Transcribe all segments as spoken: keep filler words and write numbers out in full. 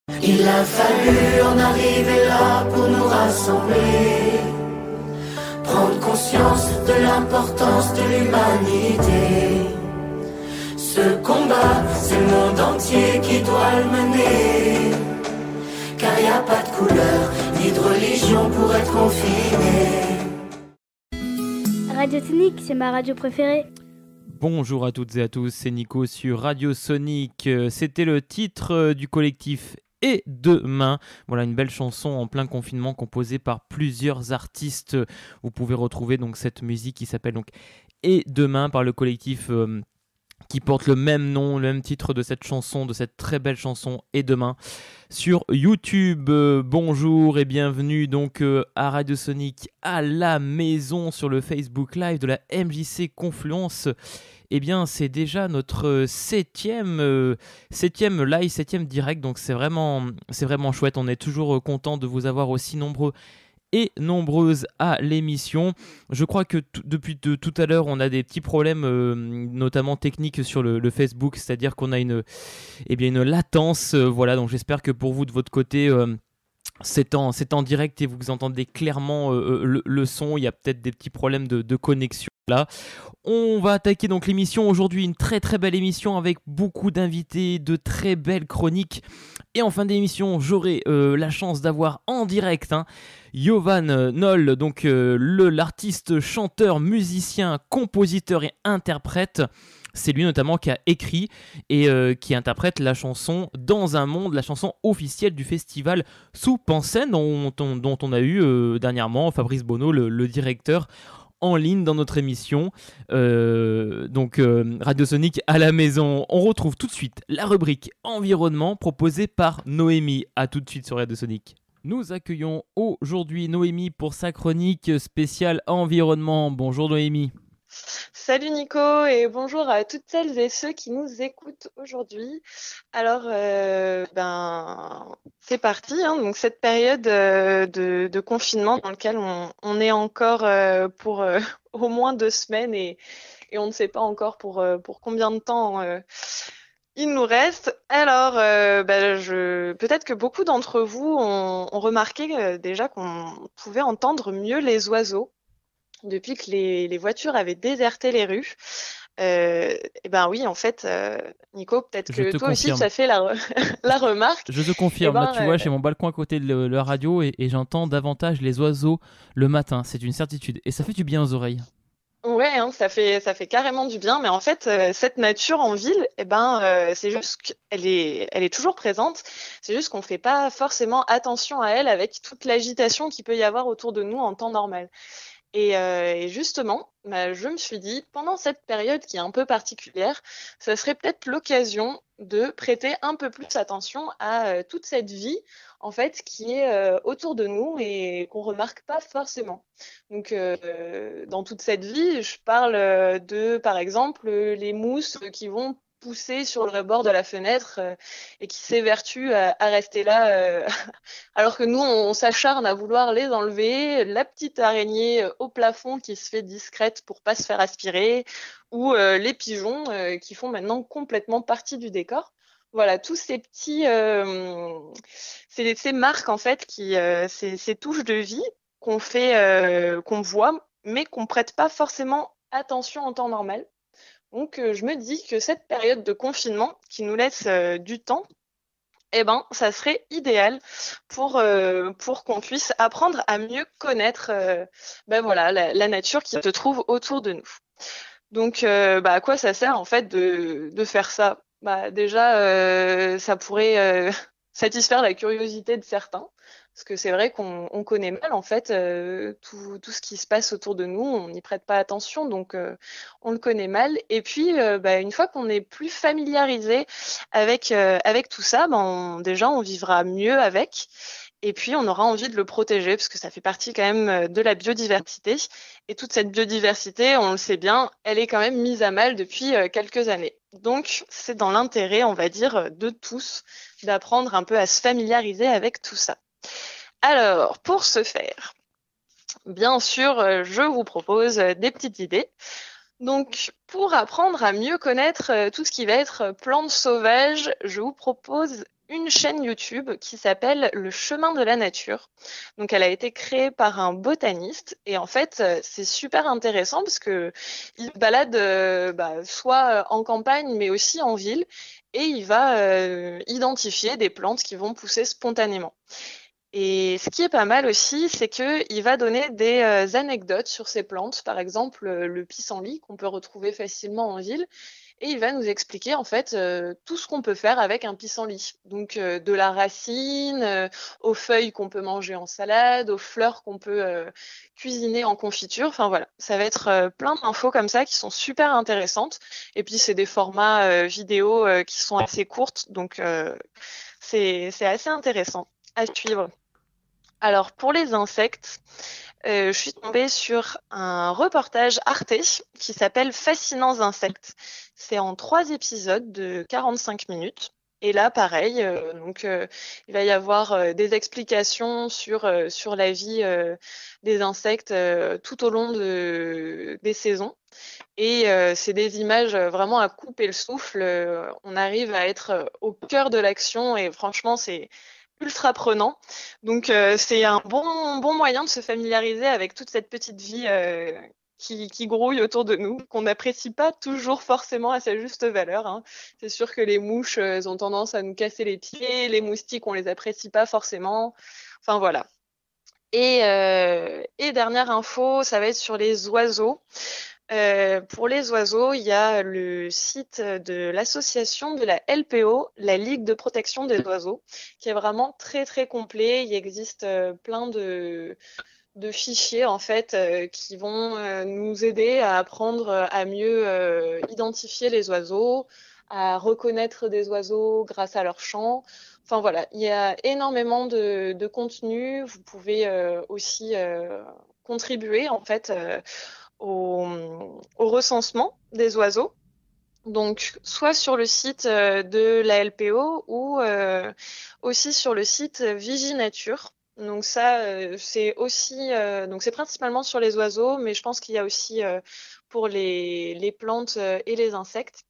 Il a fallu en arriver là pour nous rassembler, prendre conscience de l'importance de l'humanité. Ce combat, c'est le monde entier qui doit le mener, car y a pas de couleur, ni de religion pour être confiné. Radio Sonic, c'est ma radio préférée. Bonjour à toutes et à tous, c'est Nico sur Radio Sonic. C'était le titre du collectif Et Demain. Voilà une belle chanson en plein confinement composée par plusieurs artistes. Vous pouvez retrouver donc cette musique qui s'appelle donc Et Demain par le collectif euh, qui porte le même nom, le même titre de cette chanson, de cette très belle chanson Et Demain sur YouTube. Euh, bonjour et bienvenue donc euh, à Radio Sonic à la maison sur le Facebook Live de la M J C Confluence. Eh bien, c'est déjà notre septième, euh, septième live, septième direct, donc c'est vraiment, c'est vraiment chouette. On est toujours content de vous avoir aussi nombreux et nombreuses à l'émission. Je crois que t- depuis de, tout à l'heure, on a des petits problèmes, euh, notamment techniques sur le, le Facebook, c'est-à-dire qu'on a une, eh bien, une latence. Euh, voilà, donc j'espère que pour vous, de votre côté, euh, c'est en, c'est en direct et vous entendez clairement euh, le, le son. Il y a peut-être des petits problèmes de, de connexion là. On va attaquer donc l'émission aujourd'hui, une très très belle émission avec beaucoup d'invités, de très belles chroniques. Et en fin d'émission, j'aurai euh, la chance d'avoir en direct hein, Yovan Noll, donc euh, le, l'artiste, chanteur, musicien, compositeur et interprète. C'est lui notamment qui a écrit et euh, qui interprète la chanson Dans un monde, la chanson officielle du festival Soupe en scène dont, dont, dont on a eu euh, dernièrement Fabrice Bonneau, le, le directeur, en ligne dans notre émission. Euh, donc euh, Radio Sonic à la maison. On retrouve tout de suite la rubrique environnement proposée par Noémie. À tout de suite sur Radio Sonic. Nous accueillons aujourd'hui Noémie pour sa chronique spéciale environnement. Bonjour Noémie. Salut Nico et bonjour à toutes celles et ceux qui nous écoutent aujourd'hui. Alors, euh, ben, c'est parti. Hein, donc cette période euh, de, de confinement dans laquelle on, on est encore euh, pour euh, au moins deux semaines et, et on ne sait pas encore pour, euh, pour combien de temps euh, il nous reste. Alors, euh, ben, je, peut-être que beaucoup d'entre vous ont, ont remarqué euh, déjà qu'on pouvait entendre mieux les oiseaux. Depuis que les, les voitures avaient déserté les rues, euh, et ben oui, en fait, euh, Nico, peut-être Je que te toi confirme. aussi, tu as fait la, re- la remarque. Je te confirme, Eh ben, là tu euh, vois, j'ai mon balcon à côté de le- la radio et, et j'entends davantage les oiseaux le matin, c'est une certitude. Et ça fait du bien aux oreilles. Ouais, hein, ça fait, ça fait carrément du bien, mais en fait, euh, cette nature en ville, eh ben, euh, c'est juste qu'elle est, elle est toujours présente. C'est juste qu'on fait pas forcément attention à elle avec toute l'agitation qu'il peut y avoir autour de nous en temps normal. Et, euh, et justement, bah, je me suis dit, pendant cette période qui est un peu particulière, ça serait peut-être l'occasion de prêter un peu plus attention à euh, toute cette vie, en fait, qui est euh, autour de nous et qu'on remarque pas forcément. Donc, euh, dans toute cette vie, je parle euh, de, par exemple, euh, les mousses qui vont pousser sur le rebord de la fenêtre euh, et qui s'évertuent à, à rester là euh, alors que nous, on, on s'acharne à vouloir les enlever, la petite araignée euh, au plafond qui se fait discrète pour pas se faire aspirer, ou euh, les pigeons euh, qui font maintenant complètement partie du décor. Voilà, tous ces petits, euh, ces, ces marques en fait, qui, euh, ces, ces touches de vie qu'on fait, euh, qu'on voit, mais qu'on prête pas forcément attention en temps normal. Donc, euh, je me dis que cette période de confinement qui nous laisse euh, du temps, eh ben, ça serait idéal pour, euh, pour qu'on puisse apprendre à mieux connaître euh, ben voilà, la, la nature qui se trouve autour de nous. Donc, euh, bah, à quoi ça sert en fait de, de faire ça? Bah, déjà, euh, ça pourrait euh, satisfaire la curiosité de certains, parce que c'est vrai qu'on on connaît mal en fait euh, tout, tout ce qui se passe autour de nous, on n'y prête pas attention, donc euh, on le connaît mal. Et puis, euh, bah, une fois qu'on est plus familiarisé avec euh, avec tout ça, bah, on, déjà on vivra mieux avec. Et puis, on aura envie de le protéger parce que ça fait partie quand même de la biodiversité. Et toute cette biodiversité, on le sait bien, elle est quand même mise à mal depuis euh, quelques années. Donc, c'est dans l'intérêt, on va dire, de tous d'apprendre un peu à se familiariser avec tout ça. Alors, pour ce faire, bien sûr, euh, je vous propose euh, des petites idées. Donc, pour apprendre à mieux connaître euh, tout ce qui va être euh, plantes sauvages, je vous propose une chaîne YouTube qui s'appelle Le Chemin de la Nature. Donc, elle a été créée par un botaniste et en fait, c'est super intéressant parce que il se balade euh, bah, soit en campagne mais aussi en ville et il va euh, identifier des plantes qui vont pousser spontanément. Et ce qui est pas mal aussi, c'est qu'il va donner des euh, anecdotes sur ces plantes, par exemple euh, le pissenlit qu'on peut retrouver facilement en ville, et il va nous expliquer en fait euh, tout ce qu'on peut faire avec un pissenlit. Donc euh, de la racine, euh, aux feuilles qu'on peut manger en salade, aux fleurs qu'on peut euh, cuisiner en confiture. Enfin voilà, ça va être euh, plein d'infos comme ça qui sont super intéressantes. Et puis c'est des formats euh, vidéo euh, qui sont assez courtes, donc euh, c'est c'est assez intéressant à suivre. Alors, pour les insectes, euh, je suis tombée sur un reportage Arte qui s'appelle Fascinants insectes. C'est en trois épisodes de quarante-cinq minutes. Et là, pareil, euh, donc euh, il va y avoir euh, des explications sur, euh, sur la vie euh, des insectes euh, tout au long de, des saisons. Et euh, c'est des images vraiment à couper le souffle. Euh, on arrive à être au cœur de l'action et franchement, c'est ultra prenant. Donc, euh, c'est un bon, bon moyen de se familiariser avec toute cette petite vie euh, qui, qui grouille autour de nous, qu'on n'apprécie pas toujours forcément à sa juste valeur. Hein. C'est sûr que les mouches euh, elles ont tendance à nous casser les pieds, les moustiques, on les apprécie pas forcément. Enfin, voilà. Et, euh, et dernière info, ça va être sur les oiseaux. Euh, pour les oiseaux, il y a le site de l'association de la L P O, la Ligue de protection des oiseaux, qui est vraiment très très complet. Il existe euh, plein de, de fichiers en fait euh, qui vont euh, nous aider à apprendre à mieux euh, identifier les oiseaux, à reconnaître des oiseaux grâce à leur chant. Enfin voilà, il y a énormément de, de contenu. Vous pouvez euh, aussi euh, contribuer en fait. Euh, Au, au recensement des oiseaux, donc soit sur le site de la L P O ou euh, aussi sur le site Viginature. Donc ça, euh, c'est aussi, euh, donc c'est principalement sur les oiseaux, mais je pense qu'il y a aussi euh, pour les, les plantes et les insectes.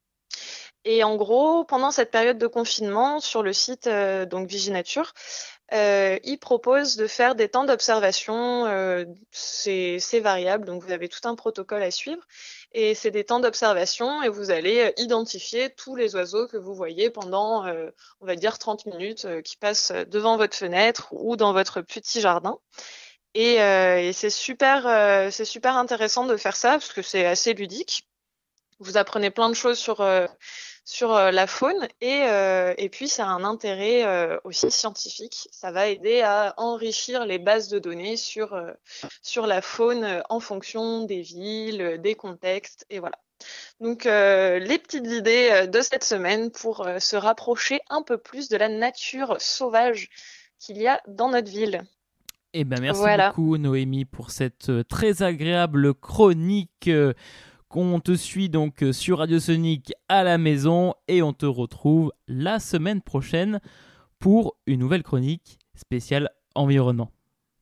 Et en gros, pendant cette période de confinement, sur le site euh, donc Viginature, euh, il propose de faire des temps d'observation. Euh, c'est, c'est variable, donc vous avez tout un protocole à suivre. Et c'est des temps d'observation et vous allez identifier tous les oiseaux que vous voyez pendant, euh, on va dire, trente minutes euh, qui passent devant votre fenêtre ou dans votre petit jardin. Et, euh, et c'est super, euh, c'est super intéressant de faire ça parce que c'est assez ludique. Vous apprenez plein de choses sur euh, sur euh, la faune et, euh, et puis ça a un intérêt euh, aussi scientifique. Ça va aider à enrichir les bases de données sur, euh, sur la faune euh, en fonction des villes, des contextes et voilà. Donc euh, les petites idées de cette semaine pour euh, se rapprocher un peu plus de la nature sauvage qu'il y a dans notre ville. Eh ben merci voilà. beaucoup Noémie pour cette euh, très agréable chronique. Euh, qu'on te suit donc sur Radio Sonic à la maison et on te retrouve la semaine prochaine pour une nouvelle chronique spéciale environnement.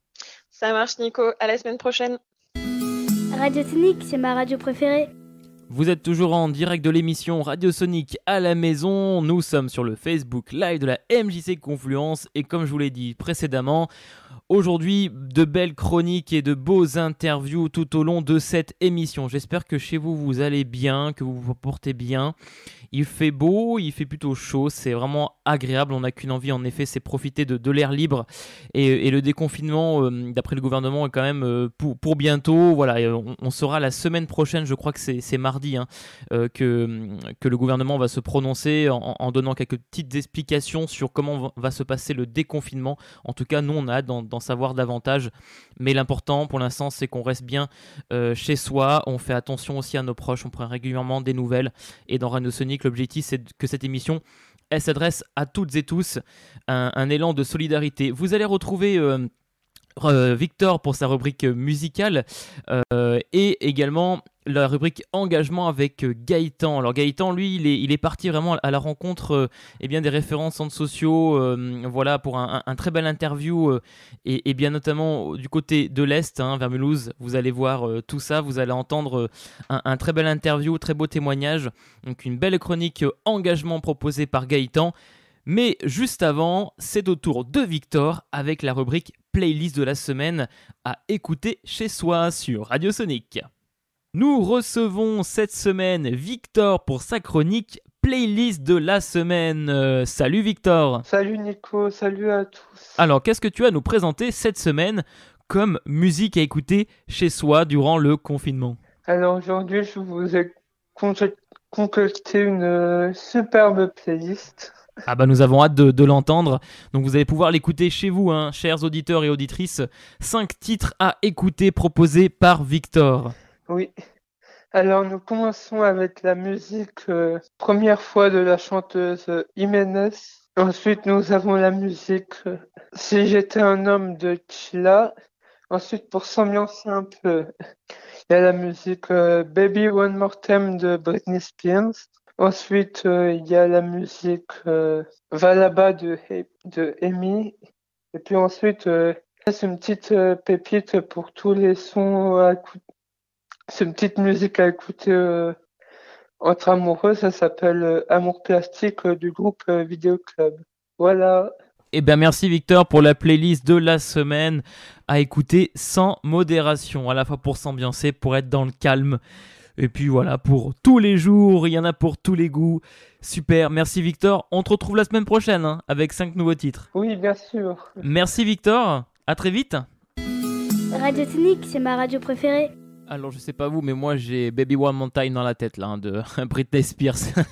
Ça marche Nico, à la semaine prochaine. Radio Sonic, c'est ma radio préférée. Vous êtes toujours en direct de l'émission Radio Sonic à la maison. Nous sommes sur le Facebook Live de la M J C Confluence et comme je vous l'ai dit précédemment, aujourd'hui, de belles chroniques et de beaux interviews tout au long de cette émission. J'espère que chez vous, vous allez bien, que vous vous portez bien. Il fait beau, il fait plutôt chaud, c'est vraiment agréable. On n'a qu'une envie, en effet, c'est profiter de, de l'air libre. Et, et le déconfinement, euh, d'après le gouvernement, est quand même euh, pour, pour bientôt. Voilà, on, on saura la semaine prochaine, je crois que c'est, c'est mardi, hein, euh, que, que le gouvernement va se prononcer en, en donnant quelques petites explications sur comment va se passer le déconfinement. En tout cas, nous, on a hâte d'en, d'en savoir davantage. Mais l'important, pour l'instant, c'est qu'on reste bien euh, chez soi. On fait attention aussi à nos proches. On prend régulièrement des nouvelles. Et dans Radio Sonic, l'objectif, c'est que cette émission, elle s'adresse à toutes et tous. Un, un élan de solidarité. Vous allez retrouver euh, euh, Victor pour sa rubrique musicale euh, et également la rubrique engagement avec Gaëtan. Alors Gaëtan, lui, il est, il est parti vraiment à la rencontre euh, eh bien, des référents centres sociaux, euh, voilà, pour un, un, un très bel interview euh, et, et bien notamment du côté de l'Est, hein, vers Mulhouse. Vous allez voir euh, tout ça, vous allez entendre euh, un, un très bel interview, très beau témoignage. Donc une belle chronique euh, engagement proposée par Gaëtan. Mais juste avant, c'est au tour de Victor avec la rubrique Playlist de la semaine à écouter chez soi sur Radio Sonic. Nous recevons cette semaine Victor pour sa chronique Playlist de la semaine. Euh, salut Victor. Salut Nico, salut à tous. Alors, qu'est-ce que tu as à nous présenter cette semaine comme musique à écouter chez soi durant le confinement? Alors aujourd'hui, je vous ai concocté une euh, superbe playlist. Ah bah nous avons hâte de, de l'entendre, donc vous allez pouvoir l'écouter chez vous, hein, chers auditeurs et auditrices. Cinq titres à écouter proposés par Victor. Oui, alors nous commençons avec la musique euh, première fois de la chanteuse euh, Jiménez. Ensuite nous avons la musique euh, Si j'étais un homme de Chila. Ensuite pour s'ambiancer un peu, il y a la musique euh, Baby One More Time de Britney Spears. Ensuite, euh, il y a la musique euh, Va là-bas de, de Amy. Et puis ensuite, euh, c'est une petite euh, pépite pour tous les sons à écouter. C'est une petite musique à écouter euh, entre amoureux. Ça s'appelle euh, Amour Plastique euh, du groupe euh, Vidéo Club. Voilà. Eh bien merci Victor pour la playlist de la semaine à écouter sans modération, à la fois pour s'ambiancer, pour être dans le calme. Et puis voilà, pour tous les jours, il y en a pour tous les goûts. Super, merci Victor. On te retrouve la semaine prochaine hein, avec cinq nouveaux titres. Oui, bien sûr. Merci Victor, à très vite. Radio Sonic, c'est ma radio préférée. Alors je sais pas vous, mais moi j'ai Baby One More Time dans la tête là, hein, de Britney Spears.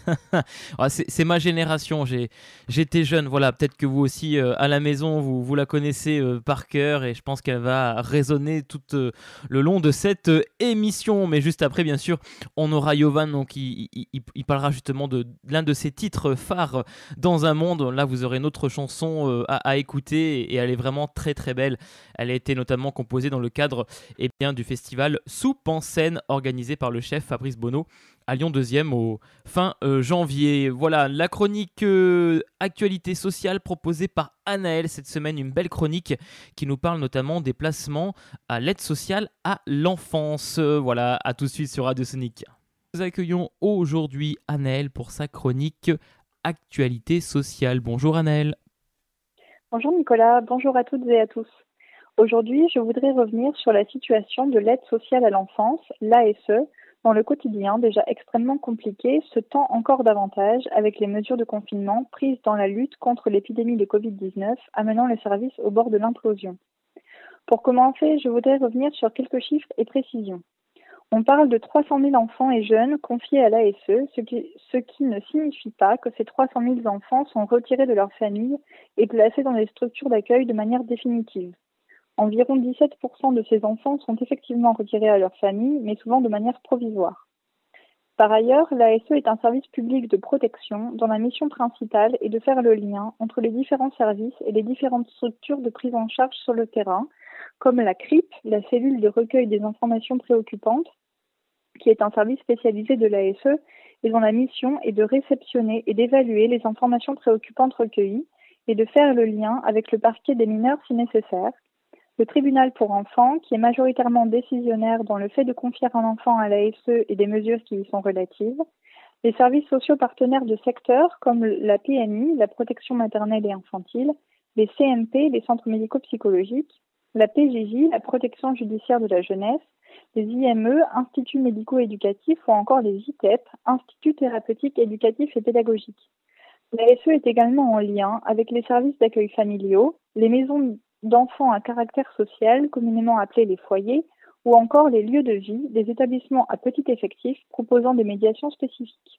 ah, c'est, c'est ma génération, j'ai, j'étais jeune, voilà, peut-être que vous aussi euh, à la maison vous, vous la connaissez euh, par cœur et je pense qu'elle va résonner tout euh, le long de cette euh, émission. Mais juste après bien sûr, on aura Yovan, donc il, il, il, il parlera justement de l'un de ses titres phares dans un monde. Là vous aurez une autre chanson euh, à, à écouter et elle est vraiment très très belle. Elle a été notamment composée dans le cadre eh bien, du festival Soupe en scène organisé par le chef Fabrice Bonneau à Lyon deuxième au fin euh, janvier. Voilà la chronique euh, actualité sociale proposée par Anaël cette semaine, une belle chronique qui nous parle notamment des placements à l'aide sociale à l'enfance. Euh, voilà, à tout de suite sur Radio Sonic. Nous accueillons aujourd'hui Anaël pour sa chronique actualité sociale. Bonjour Anaël. Bonjour Nicolas, bonjour à toutes et à tous. Aujourd'hui, je voudrais revenir sur la situation de l'aide sociale à l'enfance, l'A S E, dans le quotidien déjà extrêmement compliqué, se tend encore davantage avec les mesures de confinement prises dans la lutte contre l'épidémie de covid dix-neuf, amenant les services au bord de l'implosion. Pour commencer, je voudrais revenir sur quelques chiffres et précisions. On parle de trois cent mille enfants et jeunes confiés à l'A S E, ce qui, ce qui ne signifie pas que ces trois cent mille enfants sont retirés de leur famille et placés dans des structures d'accueil de manière définitive. Environ dix-sept pour cent de ces enfants sont effectivement retirés à leur famille, mais souvent de manière provisoire. Par ailleurs, l'A S E est un service public de protection dont la mission principale est de faire le lien entre les différents services et les différentes structures de prise en charge sur le terrain, comme la C R I P, la cellule de recueil des informations préoccupantes, qui est un service spécialisé de l'A S E et dont la mission est de réceptionner et d'évaluer les informations préoccupantes recueillies et de faire le lien avec le parquet des mineurs si nécessaire, le tribunal pour enfants, qui est majoritairement décisionnaire dans le fait de confier un enfant à l'A S E et des mesures qui y sont relatives, les services sociaux partenaires de secteur comme la P M I, la protection maternelle et infantile, les C M P, les centres médico-psychologiques, la P J J, la protection judiciaire de la jeunesse, les I M E, instituts médico-éducatifs ou encore les I T E P, instituts thérapeutiques, éducatifs et pédagogiques. L'A S E est également en lien avec les services d'accueil familiaux, les maisons d'enfants à caractère social, communément appelés les foyers, ou encore les lieux de vie, des établissements à petit effectif proposant des médiations spécifiques.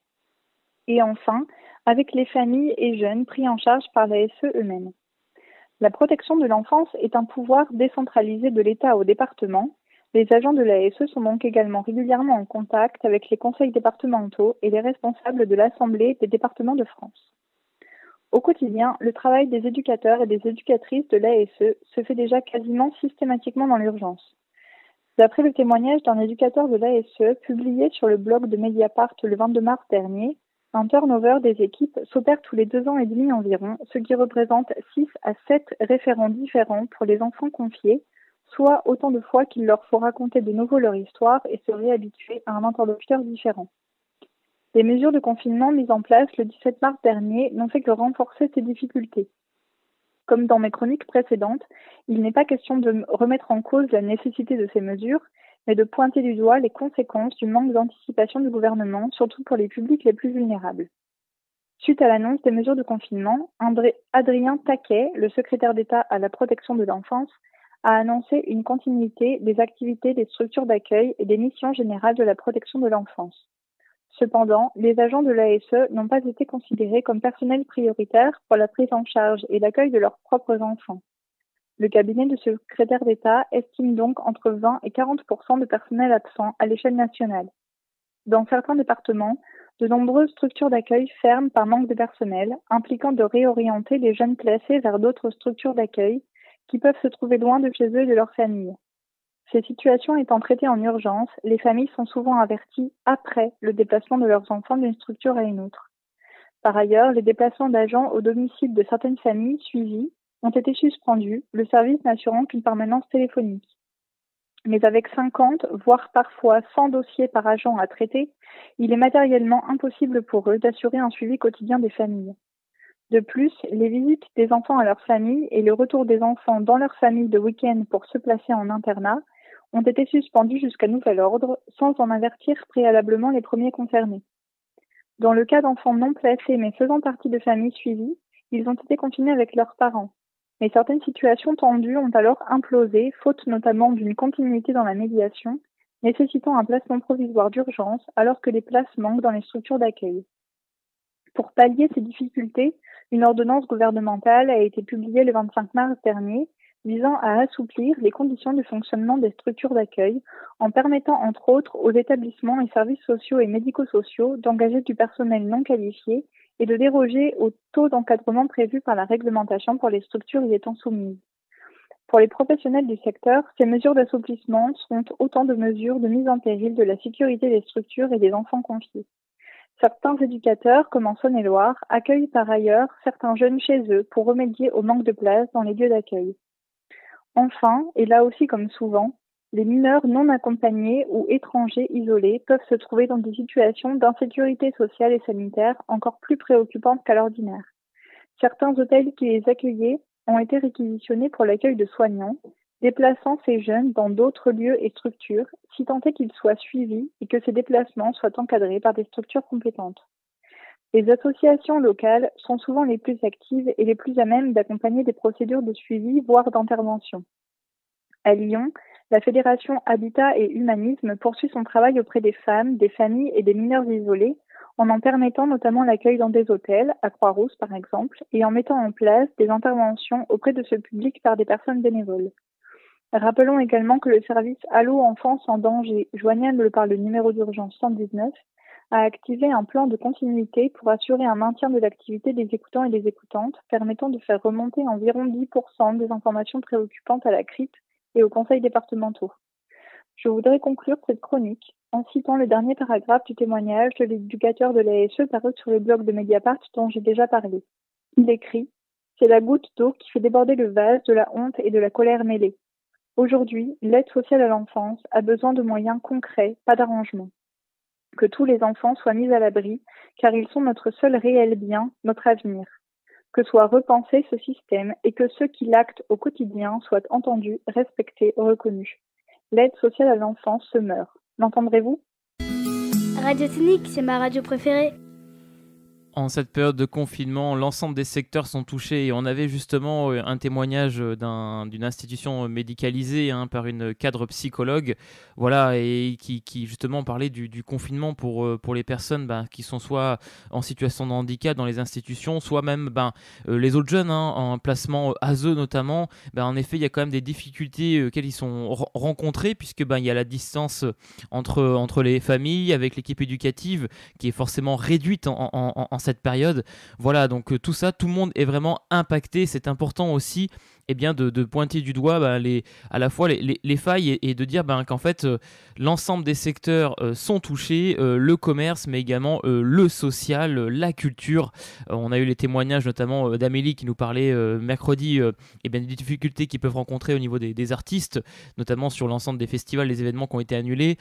Et enfin, avec les familles et jeunes pris en charge par l'A S E eux-mêmes. La protection de l'enfance est un pouvoir décentralisé de l'État au département. Les agents de l'A S E sont donc également régulièrement en contact avec les conseils départementaux et les responsables de l'Assemblée des départements de France. Au quotidien, le travail des éducateurs et des éducatrices de l'A S E se fait déjà quasiment systématiquement dans l'urgence. D'après le témoignage d'un éducateur de l'A S E publié sur le blog de Mediapart le vingt-deux mars dernier, un turnover des équipes s'opère tous les deux ans et demi environ, ce qui représente six à sept référents différents pour les enfants confiés, soit autant de fois qu'il leur faut raconter de nouveau leur histoire et se réhabituer à un interlocuteur différent. Les mesures de confinement mises en place le dix-sept mars dernier n'ont fait que renforcer ces difficultés. Comme dans mes chroniques précédentes, il n'est pas question de remettre en cause la nécessité de ces mesures, mais de pointer du doigt les conséquences du manque d'anticipation du gouvernement, surtout pour les publics les plus vulnérables. Suite à l'annonce des mesures de confinement, André, Adrien Taquet, le secrétaire d'État à la protection de l'enfance, a annoncé une continuité des activités des structures d'accueil et des missions générales de la protection de l'enfance. Cependant, les agents de l'A S E n'ont pas été considérés comme personnel prioritaire pour la prise en charge et l'accueil de leurs propres enfants. Le cabinet du secrétaire d'État estime donc entre vingt et quarante pour cent de personnel absent à l'échelle nationale. Dans certains départements, de nombreuses structures d'accueil ferment par manque de personnel, impliquant de réorienter les jeunes placés vers d'autres structures d'accueil qui peuvent se trouver loin de chez eux et de leur famille. Ces situations étant traitées en urgence, les familles sont souvent averties après le déplacement de leurs enfants d'une structure à une autre. Par ailleurs, les déplacements d'agents au domicile de certaines familles suivies ont été suspendus, le service n'assurant qu'une permanence téléphonique. Mais avec cinquante, voire parfois cent dossiers par agent à traiter, il est matériellement impossible pour eux d'assurer un suivi quotidien des familles. De plus, les visites des enfants à leur famille et le retour des enfants dans leur famille de week-end pour se placer en internat ont été suspendus jusqu'à nouvel ordre, sans en avertir préalablement les premiers concernés. Dans le cas d'enfants non placés mais faisant partie de familles suivies, ils ont été confinés avec leurs parents. Mais certaines situations tendues ont alors implosé, faute notamment d'une continuité dans la médiation, nécessitant un placement provisoire d'urgence alors que les places manquent dans les structures d'accueil. Pour pallier ces difficultés, une ordonnance gouvernementale a été publiée le vingt-cinq mars dernier, visant à assouplir les conditions de fonctionnement des structures d'accueil en permettant entre autres aux établissements et services sociaux et médico-sociaux d'engager du personnel non qualifié et de déroger au taux d'encadrement prévu par la réglementation pour les structures y étant soumises. Pour les professionnels du secteur, ces mesures d'assouplissement seront autant de mesures de mise en péril de la sécurité des structures et des enfants confiés. Certains éducateurs, comme en Saône-et-Loire, accueillent par ailleurs certains jeunes chez eux pour remédier au manque de place dans les lieux d'accueil. Enfin, et là aussi comme souvent, les mineurs non accompagnés ou étrangers isolés peuvent se trouver dans des situations d'insécurité sociale et sanitaire encore plus préoccupantes qu'à l'ordinaire. Certains hôtels qui les accueillaient ont été réquisitionnés pour l'accueil de soignants, déplaçant ces jeunes dans d'autres lieux et structures, si tant est qu'ils soient suivis et que ces déplacements soient encadrés par des structures compétentes. Les associations locales sont souvent les plus actives et les plus à même d'accompagner des procédures de suivi, voire d'intervention. À Lyon, la Fédération Habitat et Humanisme poursuit son travail auprès des femmes, des familles et des mineurs isolés, en en permettant notamment l'accueil dans des hôtels, à Croix-Rousse par exemple, et en mettant en place des interventions auprès de ce public par des personnes bénévoles. Rappelons également que le service Allo Enfance en danger, joignable par le numéro d'urgence cent dix-neuf, a activé un plan de continuité pour assurer un maintien de l'activité des écoutants et des écoutantes, permettant de faire remonter environ dix pour cent des informations préoccupantes à la C R I P et aux conseils départementaux. Je voudrais conclure cette chronique en citant le dernier paragraphe du témoignage de l'éducateur de l'A S E paru sur le blog de Mediapart dont j'ai déjà parlé. Il écrit « C'est la goutte d'eau qui fait déborder le vase de la honte et de la colère mêlée. Aujourd'hui, l'aide sociale à l'enfance a besoin de moyens concrets, pas d'arrangements. Que tous les enfants soient mis à l'abri, car ils sont notre seul réel bien, notre avenir. Que soit repensé ce système et que ceux qui l'actent au quotidien soient entendus, respectés, reconnus. L'aide sociale à l'enfance se meurt. L'entendrez-vous ? Radio Tonique, c'est ma radio préférée. En cette période de confinement, l'ensemble des secteurs sont touchés et on avait justement un témoignage d'un, d'une institution médicalisée hein, par une cadre psychologue, voilà, et qui, qui justement parlait du, du confinement pour, pour les personnes ben, qui sont soit en situation de handicap dans les institutions, soit même ben, les autres jeunes hein, en placement A S E notamment. Ben, en effet, il y a quand même des difficultés auxquelles ils sont r- rencontrés puisque ben, il y a la distance entre, entre les familles avec l'équipe éducative qui est forcément réduite en, en, en cette période. Voilà, donc euh, tout ça, tout le monde est vraiment impacté. C'est important aussi eh bien, de, de pointer du doigt bah, les, à la fois les, les, les failles et, et de dire bah, qu'en fait, euh, l'ensemble des secteurs euh, sont touchés, euh, le commerce, mais également euh, le social, euh, la culture. Euh, on a eu les témoignages notamment euh, d'Amélie qui nous parlait euh, mercredi euh, eh bien, des difficultés qu'ils peuvent rencontrer au niveau des, des artistes, notamment sur l'ensemble des festivals, les événements qui ont été annulés.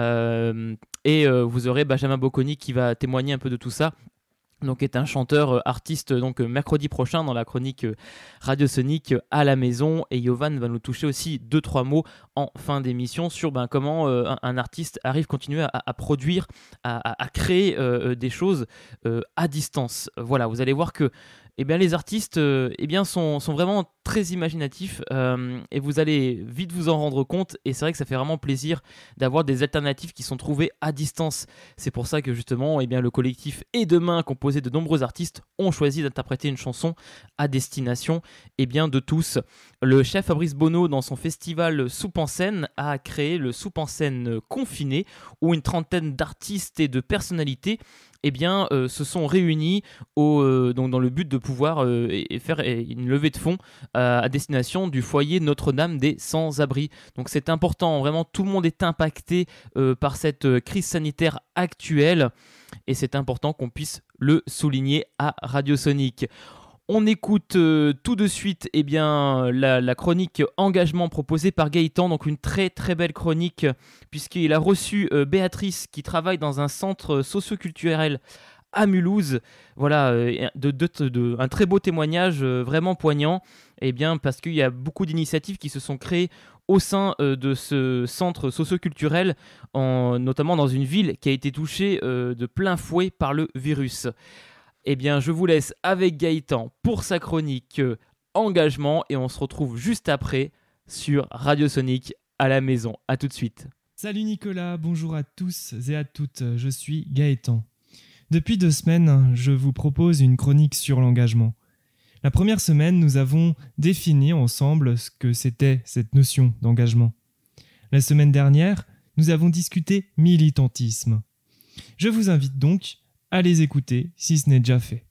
Euh, et euh, vous aurez Benjamin Bocconi qui va témoigner un peu de tout ça. Donc est un chanteur euh, artiste donc euh, mercredi prochain dans la chronique euh, Radio Sonic euh, à la maison, et Yovan va nous toucher aussi deux trois mots en fin d'émission sur ben, comment euh, un, un artiste arrive continuer à, à produire, à, à, à créer euh, des choses euh, à distance. Voilà, vous allez voir que eh bien, les artistes euh, eh bien, sont, sont vraiment très imaginatifs euh, et vous allez vite vous en rendre compte, et c'est vrai que ça fait vraiment plaisir d'avoir des alternatives qui sont trouvées à distance. C'est pour ça que justement eh bien, le collectif Et Demain, composé de nombreux artistes, ont choisi d'interpréter une chanson à destination eh bien, de tous. Le chef Fabrice Bonneau, dans son festival Soupe en scène, a créé le Soupe en scène confiné, où une trentaine d'artistes et de personnalités eh bien, euh, se sont réunis au, euh, donc dans le but de pouvoir euh, et, et faire et une levée de fonds euh, à destination du foyer Notre-Dame des Sans-Abri. Donc c'est important, vraiment tout le monde est impacté euh, par cette euh, crise sanitaire actuelle, et c'est important qu'on puisse le souligner à Radio Sonic. On écoute euh, tout de suite eh bien, la, la chronique engagement proposée par Gaëtan, donc une très très belle chronique puisqu'il a reçu euh, Béatrice qui travaille dans un centre socio-culturel à Mulhouse. Voilà, euh, de, de, de, de, un très beau témoignage euh, vraiment poignant, eh bien, parce qu'il y a beaucoup d'initiatives qui se sont créées au sein euh, de ce centre socio-culturel, en, notamment dans une ville qui a été touchée euh, de plein fouet par le virus. Eh bien, je vous laisse avec Gaëtan pour sa chronique euh, engagement, et on se retrouve juste après sur Radio Sonic à la maison. À tout de suite. Salut Nicolas, bonjour à tous et à toutes, je suis Gaëtan. Depuis deux semaines, je vous propose une chronique sur l'engagement. La première semaine, nous avons défini ensemble ce que c'était cette notion d'engagement. La semaine dernière, nous avons discuté militantisme. Je vous invite donc à les écouter si ce n'est déjà fait.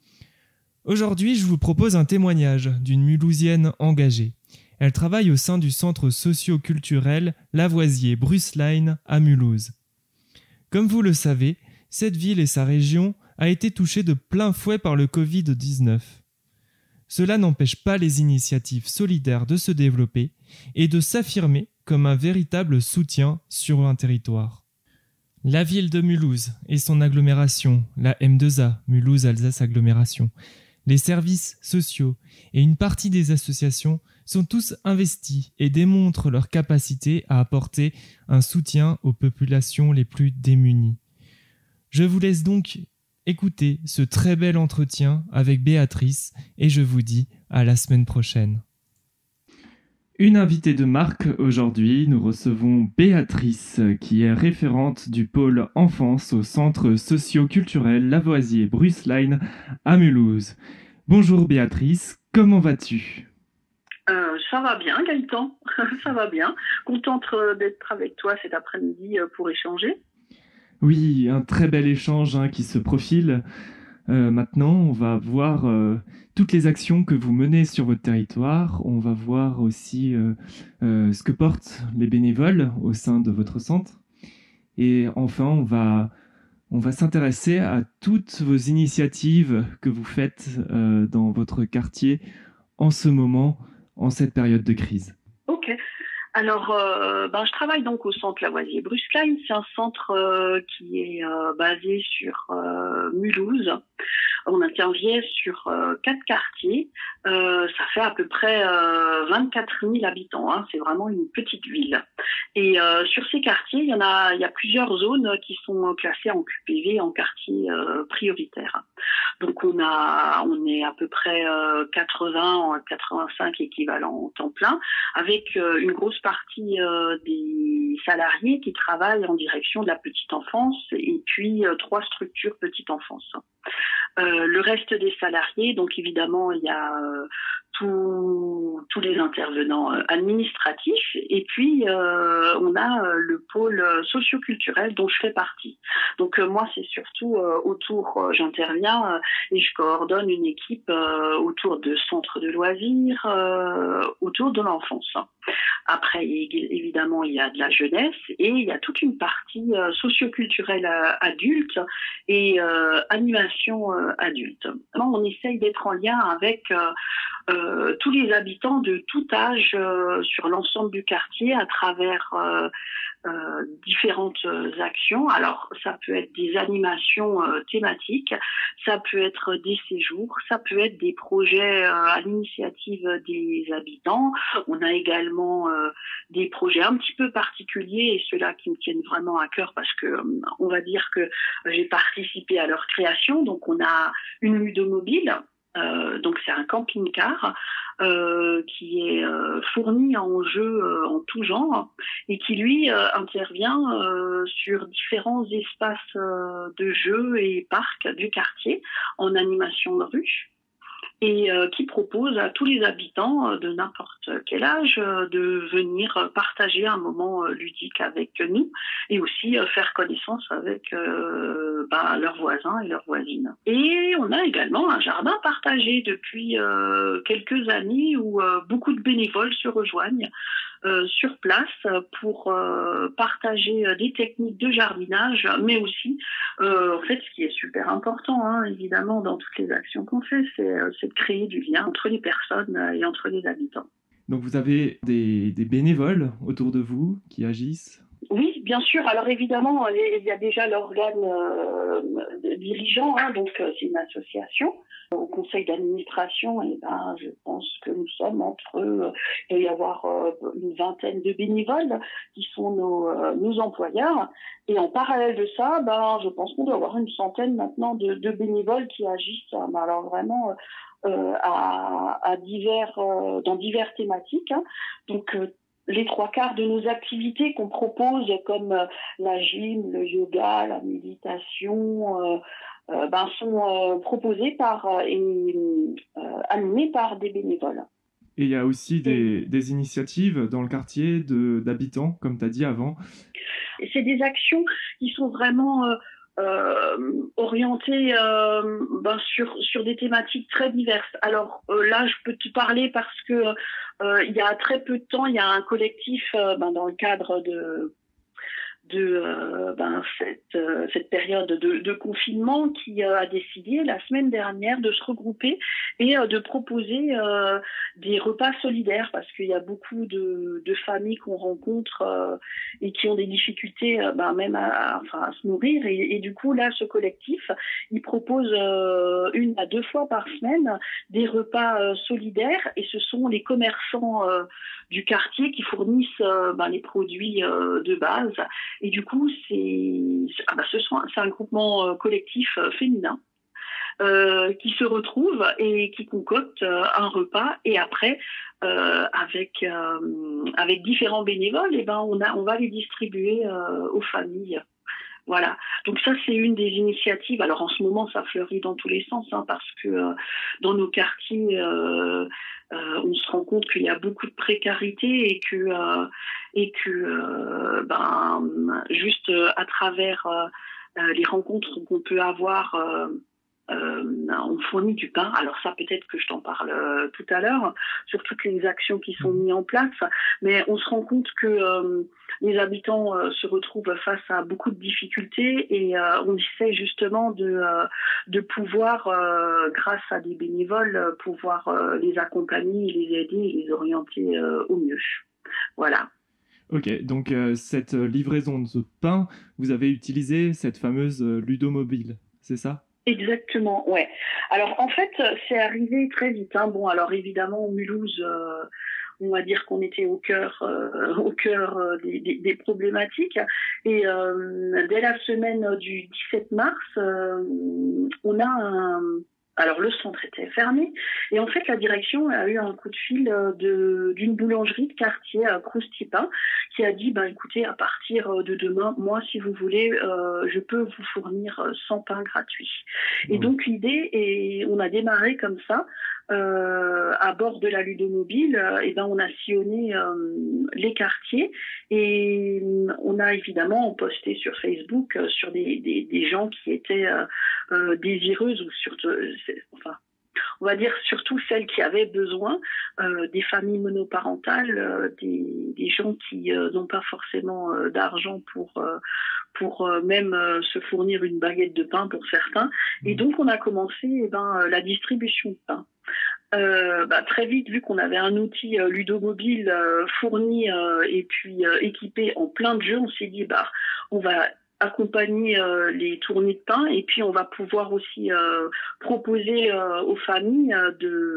Aujourd'hui, je vous propose un témoignage d'une Mulhousienne engagée. Elle travaille au sein du centre socio-culturel Lavoisier-Bruce-Line à Mulhouse. Comme vous le savez, cette ville et sa région a été touchée de plein fouet par le covid dix-neuf. Cela n'empêche pas les initiatives solidaires de se développer et de s'affirmer comme un véritable soutien sur un territoire. La ville de Mulhouse et son agglomération, la M deux A, Mulhouse-Alsace Agglomération, les services sociaux et une partie des associations sont tous investis et démontrent leur capacité à apporter un soutien aux populations les plus démunies. Je vous laisse donc écouter ce très bel entretien avec Béatrice et je vous dis à la semaine prochaine. Une invitée de marque aujourd'hui, nous recevons Béatrice qui est référente du pôle enfance au centre socio-culturel Lavoisier-Bruce-Line à Mulhouse. Bonjour Béatrice, comment vas-tu ? Euh, ça va bien Gaëtan, ça va bien. Contente d'être avec toi cet après-midi pour échanger. Oui, un très bel échange hein, qui se profile. Euh, maintenant, on va voir euh, toutes les actions que vous menez sur votre territoire. On va voir aussi euh, euh, ce que portent les bénévoles au sein de votre centre. Et enfin, on va, on va s'intéresser à toutes vos initiatives que vous faites euh, dans votre quartier en ce moment, en cette période de crise. Ok. Alors, euh, ben, je travaille donc au centre Lavoisier-Bruce-Line. C'est un centre euh, qui est euh, basé sur euh, Mulhouse. On intervient sur euh, quatre quartiers. Euh, ça fait à peu près euh, vingt-quatre mille habitants. Hein. C'est vraiment une petite ville. Et euh, sur ces quartiers, il y en a, il y a plusieurs zones qui sont classées en Q P V, en quartier euh, prioritaire. Donc on a, on est à peu près euh, quatre-vingts, quatre-vingt-cinq équivalents temps plein, avec euh, une grosse partie euh, des salariés qui travaillent en direction de la petite enfance et puis euh, trois structures petite enfance. Euh, le reste des salariés, donc évidemment il y a euh, tout, tous les intervenants euh, administratifs. Et puis, euh, on a euh, le pôle socio-culturel dont je fais partie. Donc, euh, moi, c'est surtout euh, autour, euh, j'interviens euh, et je coordonne une équipe euh, autour de centres de loisirs, euh, autour de l'enfance. Après, évidemment, il y a de la jeunesse et il y a toute une partie euh, socio-culturelle euh, adulte et euh, animation euh, adulte. On essaye d'être en lien avec euh, euh, tous les habitants de tout âge euh, sur l'ensemble du quartier à travers euh, euh, différentes actions. Alors, ça peut être des animations euh, thématiques, ça peut être des séjours, ça peut être des projets euh, à l'initiative des habitants. On a également euh, des projets un petit peu particuliers et ceux-là qui me tiennent vraiment à cœur parce que euh, on va dire que j'ai participé à leur création. Donc, on a une ludomobile. Euh, donc c'est un camping-car euh, qui est euh, fourni en jeux euh, en tout genre et qui lui euh, intervient euh, sur différents espaces euh, de jeux et parcs du quartier en animation de rue et euh, qui propose à tous les habitants euh, de n'importe quel âge euh, de venir partager un moment euh, ludique avec nous et aussi euh, faire connaissance avec euh, bah, leurs voisins et leurs voisines. Et on a également un jardin partagé depuis euh, quelques années où euh, beaucoup de bénévoles se rejoignent Euh, sur place pour euh, partager euh, des techniques de jardinage, mais aussi, euh, en fait, ce qui est super important, hein, évidemment, dans toutes les actions qu'on fait, c'est, euh, c'est de créer du lien entre les personnes et entre les habitants. Donc vous avez des, des bénévoles autour de vous qui agissent ? Oui, bien sûr. Alors évidemment, il y a déjà l'organe euh, dirigeant, hein, donc euh, c'est une association. Au conseil d'administration, eh ben, je pense que nous sommes entre, euh, il doit y avoir euh, une vingtaine de bénévoles qui sont nos, euh, nos employeurs. Et en parallèle de ça, ben, je pense qu'on doit avoir une centaine maintenant de, de bénévoles qui agissent, hein, ben, alors vraiment euh, à, à divers, euh, dans diverses thématiques. Hein. Donc euh, les trois quarts de nos activités qu'on propose, comme euh, la gym, le yoga, la méditation, euh, euh, ben, sont euh, proposés par euh, et euh, animés par des bénévoles. Et il y a aussi des, des initiatives dans le quartier de, d'habitants, comme tu as dit avant. Et c'est des actions qui sont vraiment euh, euh, orientées euh, ben, sur, sur des thématiques très diverses. Alors euh, là, je peux te parler parce que euh, il y a très peu de temps, il y a un collectif euh, ben, dans le cadre de de euh, ben, cette, euh, cette période de, de confinement qui euh, a décidé la semaine dernière de se regrouper et euh, de proposer euh, des repas solidaires parce qu'il y a beaucoup de, de familles qu'on rencontre euh, et qui ont des difficultés euh, ben, même à, à, enfin, à se nourrir et, et du coup là ce collectif il propose euh, une à deux fois par semaine des repas euh, solidaires et ce sont les commerçants euh, du quartier qui fournissent euh, ben, les produits euh, de base. Et du coup, c'est, ah bah, ce sont, c'est un groupement euh, collectif euh, féminin euh, qui se retrouve et qui concocte euh, un repas. Et après, euh, avec euh, avec différents bénévoles, et ben on a on va les distribuer euh, aux familles. Voilà. Donc ça, c'est une des initiatives. Alors en ce moment, ça fleurit dans tous les sens, hein, parce que euh, dans nos quartiers, euh, euh, on se rend compte qu'il y a beaucoup de précarité et que euh, et que euh, ben juste euh, à travers euh, les rencontres qu'on peut avoir. Euh, Euh, on fournit du pain. Alors ça, peut-être que je t'en parle euh, tout à l'heure, sur toutes les actions qui sont mises en place. Mais on se rend compte que euh, les habitants euh, se retrouvent face à beaucoup de difficultés et euh, on essaie justement de, euh, de pouvoir, euh, grâce à des bénévoles, pouvoir euh, les accompagner, les aider et les orienter euh, au mieux. Voilà. Ok, donc euh, cette livraison de pain, vous avez utilisé cette fameuse euh, ludomobile, c'est ça ? Exactement, ouais. Alors en fait, c'est arrivé très vite. Hein. Bon, alors évidemment, Mulhouse, euh, on va dire qu'on était au cœur, euh, au cœur euh, des, des, des problématiques. Et euh, dès la semaine du dix-sept mars, euh, on a un, Alors le centre était fermé et en fait la direction a eu un coup de fil de, d'une boulangerie de quartier à Croustipin qui a dit bah écoutez, à partir de demain, moi si vous voulez, euh, je peux vous fournir cent pains gratuits. Mmh. Et donc l'idée est, on a démarré comme ça. Euh, à bord de la Ludomobile, euh, et ben on a sillonné euh, les quartiers et on a évidemment posté sur Facebook euh, sur des, des, des gens qui étaient euh, euh, désireuses ou surtout, enfin, on va dire surtout celles qui avaient besoin, euh, des familles monoparentales, euh, des, des gens qui euh, n'ont pas forcément euh, d'argent pour euh, pour euh, même euh, se fournir une baguette de pain pour certains. Et donc on a commencé eh ben euh, la distribution de pain. Euh, bah, très vite, vu qu'on avait un outil euh, Ludomobile euh, fourni euh, et puis euh, équipé en plein de jeux, on s'est dit bah on va accompagner euh, les tournées de pain et puis on va pouvoir aussi euh, proposer euh, aux familles euh,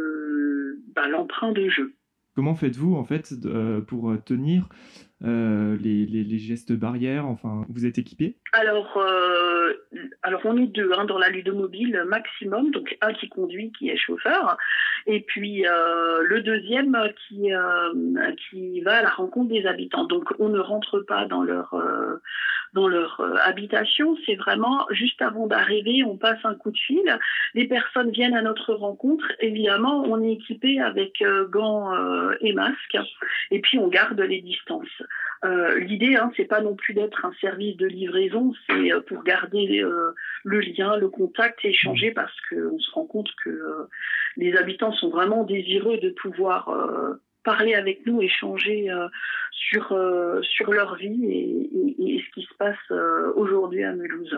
de bah, l'emprunt de jeux. Comment faites-vous en fait de, pour tenir euh, les, les, les gestes barrières? Enfin, vous êtes équipé? Alors, euh, alors on est deux hein, dans la Ludomobile maximum, donc un qui conduit, qui est chauffeur, et puis euh, le deuxième qui euh, qui va à la rencontre des habitants. Donc on ne rentre pas dans leur euh, dans leur euh, habitation, c'est vraiment juste avant d'arriver, on passe un coup de fil, les personnes viennent à notre rencontre, évidemment on est équipé avec euh, gants euh, et masques, et puis on garde les distances. Euh, l'idée, hein, c'est pas non plus d'être un service de livraison, c'est euh, pour garder euh, le lien, le contact et échanger parce qu'on se rend compte que euh, les habitants sont vraiment désireux de pouvoir euh, parler avec nous, échanger euh, sur euh, sur leur vie et, et, et ce qui se passe euh, aujourd'hui à Mulhouse.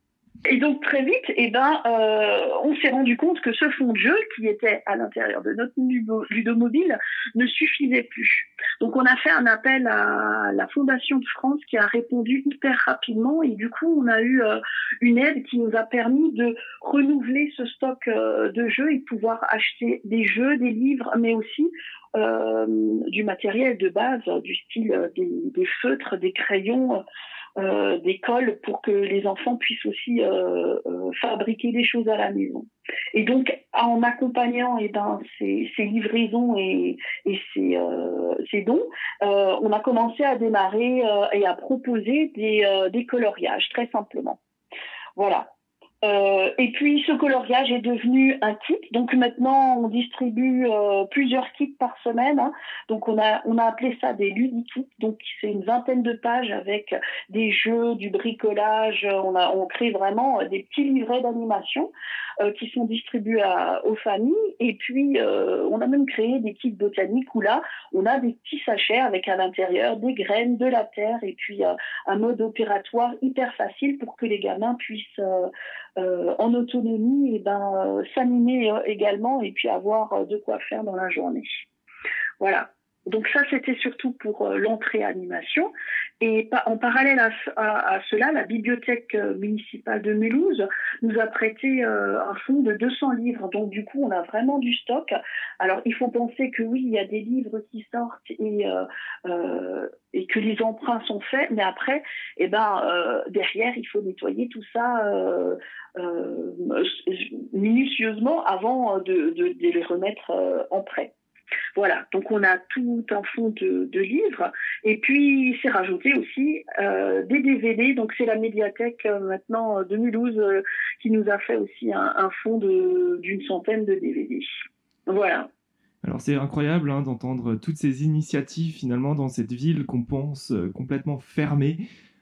Et donc très vite, eh ben, euh, on s'est rendu compte que ce fond de jeu qui était à l'intérieur de notre Ludomobile ne suffisait plus. Donc on a fait un appel à la Fondation de France qui a répondu hyper rapidement et du coup on a eu euh, une aide qui nous a permis de renouveler ce stock euh, de jeux et de pouvoir acheter des jeux, des livres, mais aussi euh, du matériel de base, du style euh, des, des feutres, des crayons. Euh, des cols pour que les enfants puissent aussi euh, euh, fabriquer des choses à la maison. Et donc, en accompagnant eh ben, ces, ces livraisons et, et ces, euh, ces dons, euh, on a commencé à démarrer euh, et à proposer des, euh, des coloriages, très simplement. Voilà. Euh, et puis ce coloriage est devenu un kit. Donc maintenant on distribue euh, plusieurs kits par semaine. Hein. Donc on a on a appelé ça des ludikits. Donc c'est une vingtaine de pages avec des jeux, du bricolage. On a on crée vraiment des petits livrets d'animation euh, qui sont distribués à, aux familles. Et puis euh, on a même créé des kits botaniques où là on a des petits sachets avec à l'intérieur des graines, de la terre et puis euh, un mode opératoire hyper facile pour que les gamins puissent euh, Euh, en autonomie et ben euh, s'animer euh, également et puis avoir euh, de quoi faire dans la journée. Voilà. Donc ça c'était surtout pour euh, l'entrée animation et pa- en parallèle à, à, à cela, la bibliothèque euh, municipale de Mulhouse nous a prêté euh, un fonds de deux cents livres. Donc du coup on a vraiment du stock. Alors il faut penser que oui il y a des livres qui sortent et euh, euh, et que les emprunts sont faits, mais après, eh ben euh, derrière, il faut nettoyer tout ça euh, euh, minutieusement avant de, de, de les remettre euh, en prêt. Voilà, donc on a tout un fond de, de livres et puis c'est rajouté aussi euh, des D V D. Donc c'est la médiathèque euh, maintenant de Mulhouse euh, qui nous a fait aussi un, un fond de, d'une centaine de D V D. Voilà. Alors c'est incroyable hein, d'entendre toutes ces initiatives finalement dans cette ville qu'on pense euh, complètement fermée,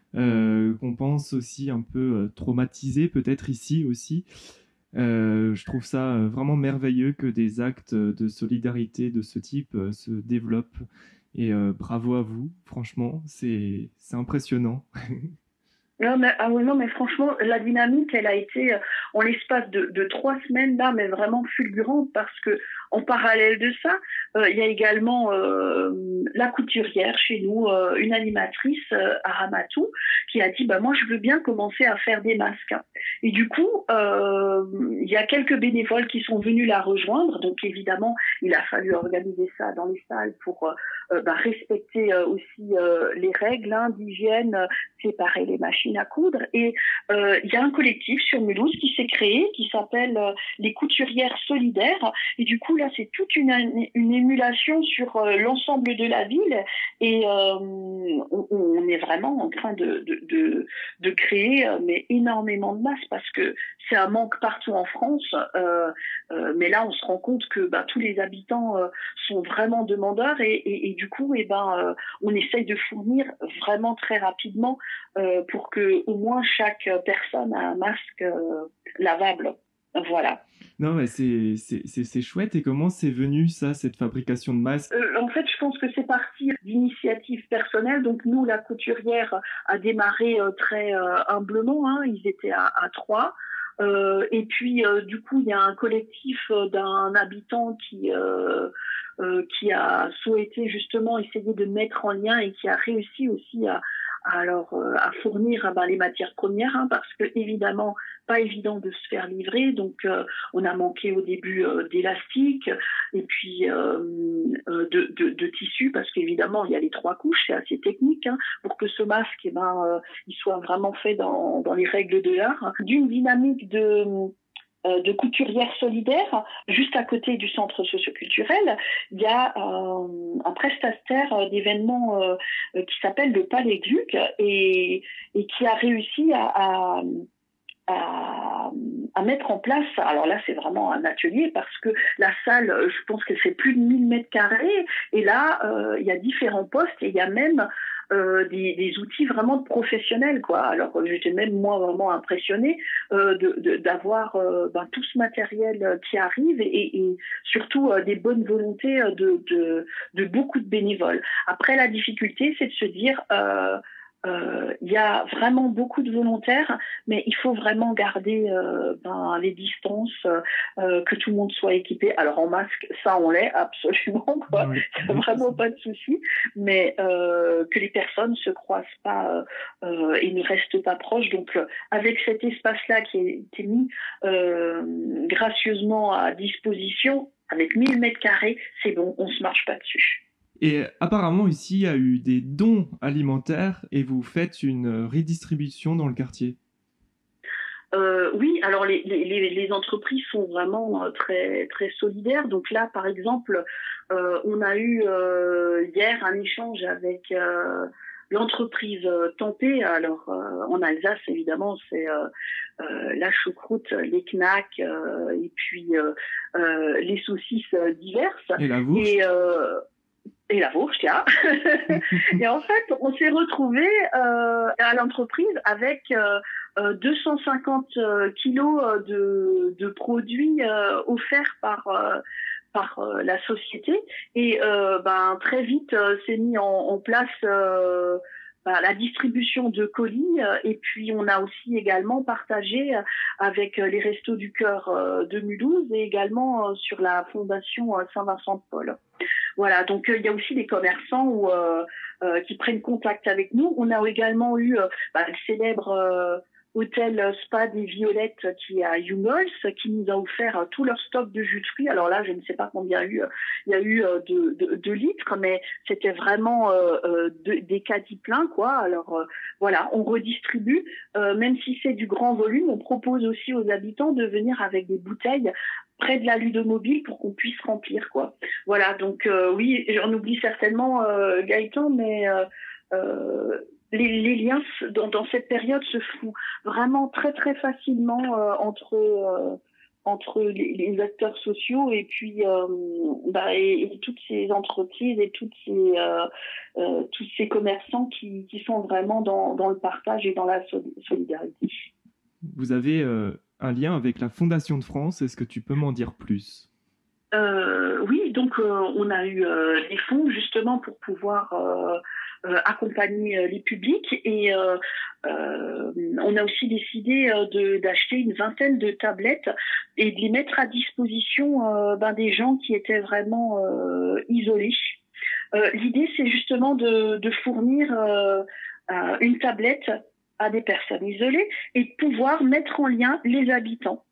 euh, qu'on pense aussi un peu euh, traumatisée peut-être ici aussi. Euh, je trouve ça euh, vraiment merveilleux que des actes de solidarité de ce type euh, se développent et euh, bravo à vous, franchement, c'est, c'est impressionnant. Non mais, ah oui, non, mais franchement, la dynamique, elle a été, euh, en l'espace de, de trois semaines, là, mais vraiment fulgurante, parce que en parallèle de ça, euh, il y a également euh, la couturière chez nous, euh, une animatrice, euh, à Ramatou, qui a dit, bah moi, je veux bien commencer à faire des masques. Et du coup, euh, il y a quelques bénévoles qui sont venus la rejoindre, donc évidemment, il a fallu organiser ça dans les salles pour euh, bah, respecter euh, aussi euh, les règles hein, d'hygiène, euh, séparer les machines à coudre. Et euh, il y a un collectif sur Mulhouse qui s'est créé, qui s'appelle euh, les couturières solidaires. Et du coup, là, c'est toute une, une émulation sur euh, l'ensemble de la ville. Et euh, on, on est vraiment en train de, de, de, de créer euh, mais énormément de masse parce que c'est un manque partout en France. Euh, euh, mais là, on se rend compte que bah, tous les habitants euh, sont vraiment demandeurs et, et, et du coup, eh ben, euh, on essaye de fournir vraiment très rapidement euh, pour que au moins chaque personne a un masque euh, lavable. Voilà. Non, mais c'est, c'est, c'est, c'est chouette. Et comment c'est venu, ça, cette fabrication de masques ? euh, En fait, je pense que c'est parti d'initiatives personnelles. Donc, nous, la couturière a démarré euh, très euh, humblement. Hein. Ils étaient à, à trois. Euh, et puis, euh, du coup, il y a un collectif euh, d'un habitant qui... Euh, euh, qui a souhaité justement essayer de mettre en lien et qui a réussi aussi à, à, alors, euh, à fournir euh, ben, les matières premières, hein, parce que évidemment, pas évident de se faire livrer. Donc, euh, on a manqué au début euh, d'élastique et puis euh, euh, de, de, de tissu, parce qu'évidemment, il y a les trois couches, c'est assez technique hein, pour que ce masque, eh ben, euh, il soit vraiment fait dans, dans les règles de l'art. D'une dynamique de... de couturières solidaires, juste à côté du centre socioculturel, il y a euh, un prestataire d'événements euh, qui s'appelle le Palais Gluck et, et qui a réussi à, à, à, à mettre en place, alors là c'est vraiment un atelier parce que la salle, je pense qu'elle fait plus de mille mètres carrés et là euh, il y a différents postes et il y a même Euh, des, des outils vraiment de professionnels, quoi. Alors j'étais même moi vraiment impressionnée euh, de, de, d'avoir euh, ben, tout ce matériel qui arrive et, et surtout euh, des bonnes volontés de, de, de beaucoup de bénévoles. Après, la difficulté, c'est de se dire euh, euh, il y a vraiment beaucoup de volontaires, mais il faut vraiment garder euh, ben, les distances, euh, que tout le monde soit équipé. Alors en masque, ça on l'est absolument, quoi. Oui. C'est vraiment pas de souci, mais euh, que les personnes se croisent pas euh, et ne restent pas proches. Donc euh, avec cet espace-là qui a été mis euh, gracieusement à disposition, avec mille mètres carrés, c'est bon, on se marche pas dessus. Et apparemment, ici, il y a eu des dons alimentaires et vous faites une redistribution dans le quartier. Euh, oui, alors les, les, les entreprises sont vraiment très, très solidaires. Donc là, par exemple, euh, on a eu euh, hier un échange avec euh, l'entreprise Tempé. Alors euh, en Alsace, évidemment, c'est euh, euh, la choucroute, les knacks euh, et puis euh, euh, les saucisses diverses. Et la Wurst. Et, euh, Et la Wurst, ja. Et en fait, on s'est retrouvé euh, à l'entreprise avec euh, deux cent cinquante kilos de, de produits euh, offerts par euh, par euh, la société. Et euh, ben très vite, euh, s'est mis en, en place euh, ben, la distribution de colis. Euh, et puis on a aussi également partagé euh, avec les Restos du Cœur euh, de Mulhouse et également euh, sur la fondation euh, Saint-Vincent-de-Paul. Voilà, donc il euh, y a aussi des commerçants où, euh, euh, qui prennent contact avec nous. On a également eu euh, bah, le célèbre euh, hôtel Spa des Violettes qui est à Jungholz, qui nous a offert euh, tout leur stock de jus de fruits. Alors là, je ne sais pas combien il y a eu, il y a eu euh, de, de, de litres, mais c'était vraiment euh, euh, de, des caddies pleins, quoi. Alors euh, voilà, on redistribue, euh, même si c'est du grand volume, on propose aussi aux habitants de venir avec des bouteilles près de la ludomobile pour qu'on puisse remplir, quoi. Voilà, donc euh, oui, j'en oublie certainement euh, Gaëtan, mais euh, euh, les, les liens dans, dans cette période se font vraiment très très facilement euh, entre euh, entre les, les acteurs sociaux et puis euh, bah, et, et toutes ces entreprises et toutes ces euh, euh, tous ces commerçants qui, qui sont vraiment dans, dans le partage et dans la solidarité. Vous avez euh, un lien avec la Fondation de France, est-ce que tu peux m'en dire plus ? Euh, oui, donc euh, on a eu euh, des fonds justement pour pouvoir euh, euh, accompagner euh, les publics et euh, euh, on a aussi décidé euh, de, d'acheter une vingtaine de tablettes et de les mettre à disposition euh, ben, des gens qui étaient vraiment euh, isolés. Euh, l'idée, c'est justement de, de fournir euh, une tablette à des personnes isolées et de pouvoir mettre en lien les habitants.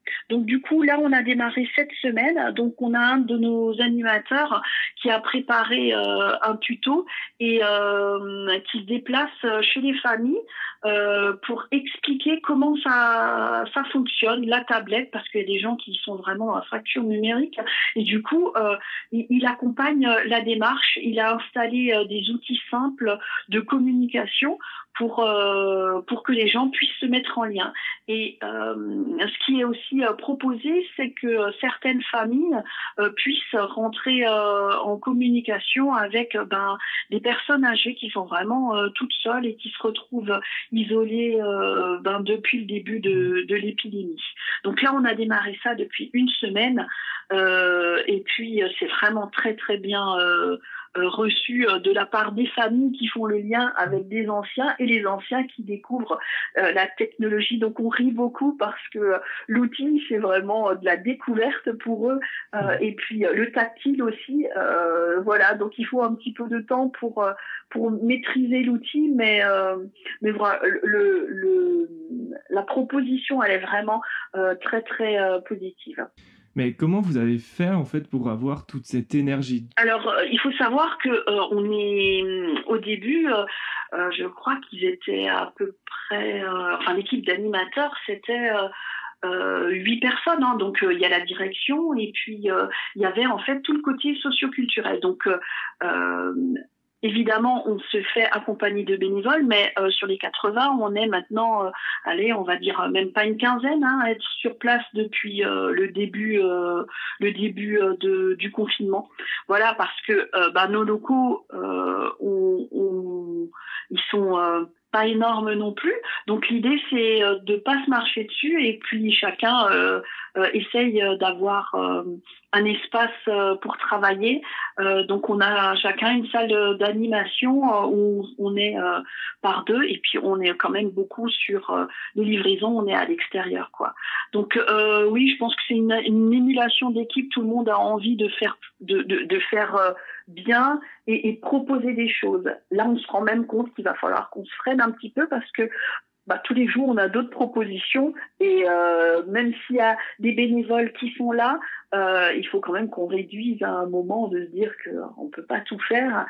Donc du coup, là, on a démarré cette semaine. Donc on a un de nos animateurs qui a préparé euh, un tuto et euh, qui se déplace chez les familles euh, pour expliquer comment ça ça fonctionne, la tablette, parce qu'il y a des gens qui sont vraiment à fracture numérique. Et du coup, euh, il, il accompagne la démarche. Il a installé euh, des outils simples de communication pour euh, pour que les gens puissent se mettre en lien. Et euh, ce qui est aussi euh, proposé, c'est que euh, certaines familles euh, puissent rentrer euh, en communication avec euh, ben des personnes âgées qui sont vraiment euh, toutes seules et qui se retrouvent isolées euh, ben depuis le début de, de l'épidémie. Donc là, on a démarré ça depuis une semaine euh, et puis euh, c'est vraiment très très bien euh, reçu de la part des familles qui font le lien avec des anciens et les anciens qui découvrent euh, la technologie. Donc on rit beaucoup parce que euh, l'outil c'est vraiment euh, de la découverte pour eux euh, et puis euh, le tactile aussi. Euh, voilà, donc il faut un petit peu de temps pour euh, pour maîtriser l'outil, mais euh, mais voilà, le, le la proposition elle est vraiment euh, très très euh, positive. Mais comment vous avez fait en fait pour avoir toute cette énergie? Alors, euh, il faut savoir que euh, on est au début, euh, euh, je crois qu'ils étaient à peu près, euh, enfin l'équipe d'animateurs, c'était euh, euh, huit personnes. Hein, donc il euh, y a la direction et puis il euh, y avait en fait tout le côté socioculturel. Donc euh, euh, évidemment, on se fait accompagner de bénévoles, mais euh, sur les quatre-vingts, on est maintenant, euh, allez, on va dire même pas une quinzaine, hein, à être sur place depuis euh, le début, euh, le début euh, de, du confinement. Voilà, parce que euh, bah, nos locaux, euh, on, on, ils sont euh, pas énormes non plus. Donc l'idée, c'est euh, de pas se marcher dessus et puis chacun euh, euh, essaye d'avoir euh, un espace euh, pour travailler. Euh, donc on a chacun une salle d'animation euh, où on est euh, par deux et puis on est quand même beaucoup sur euh, les livraisons, on est à l'extérieur quoi. Donc euh, oui, je pense que c'est une, une émulation d'équipe, tout le monde a envie de faire de, de, de faire euh, bien et, et proposer des choses. Là on se rend même compte qu'il va falloir qu'on se freine un petit peu parce que bah, tous les jours, on a d'autres propositions et euh, même s'il y a des bénévoles qui sont là, euh, il faut quand même qu'on réduise à un moment de se dire qu'on ne peut pas tout faire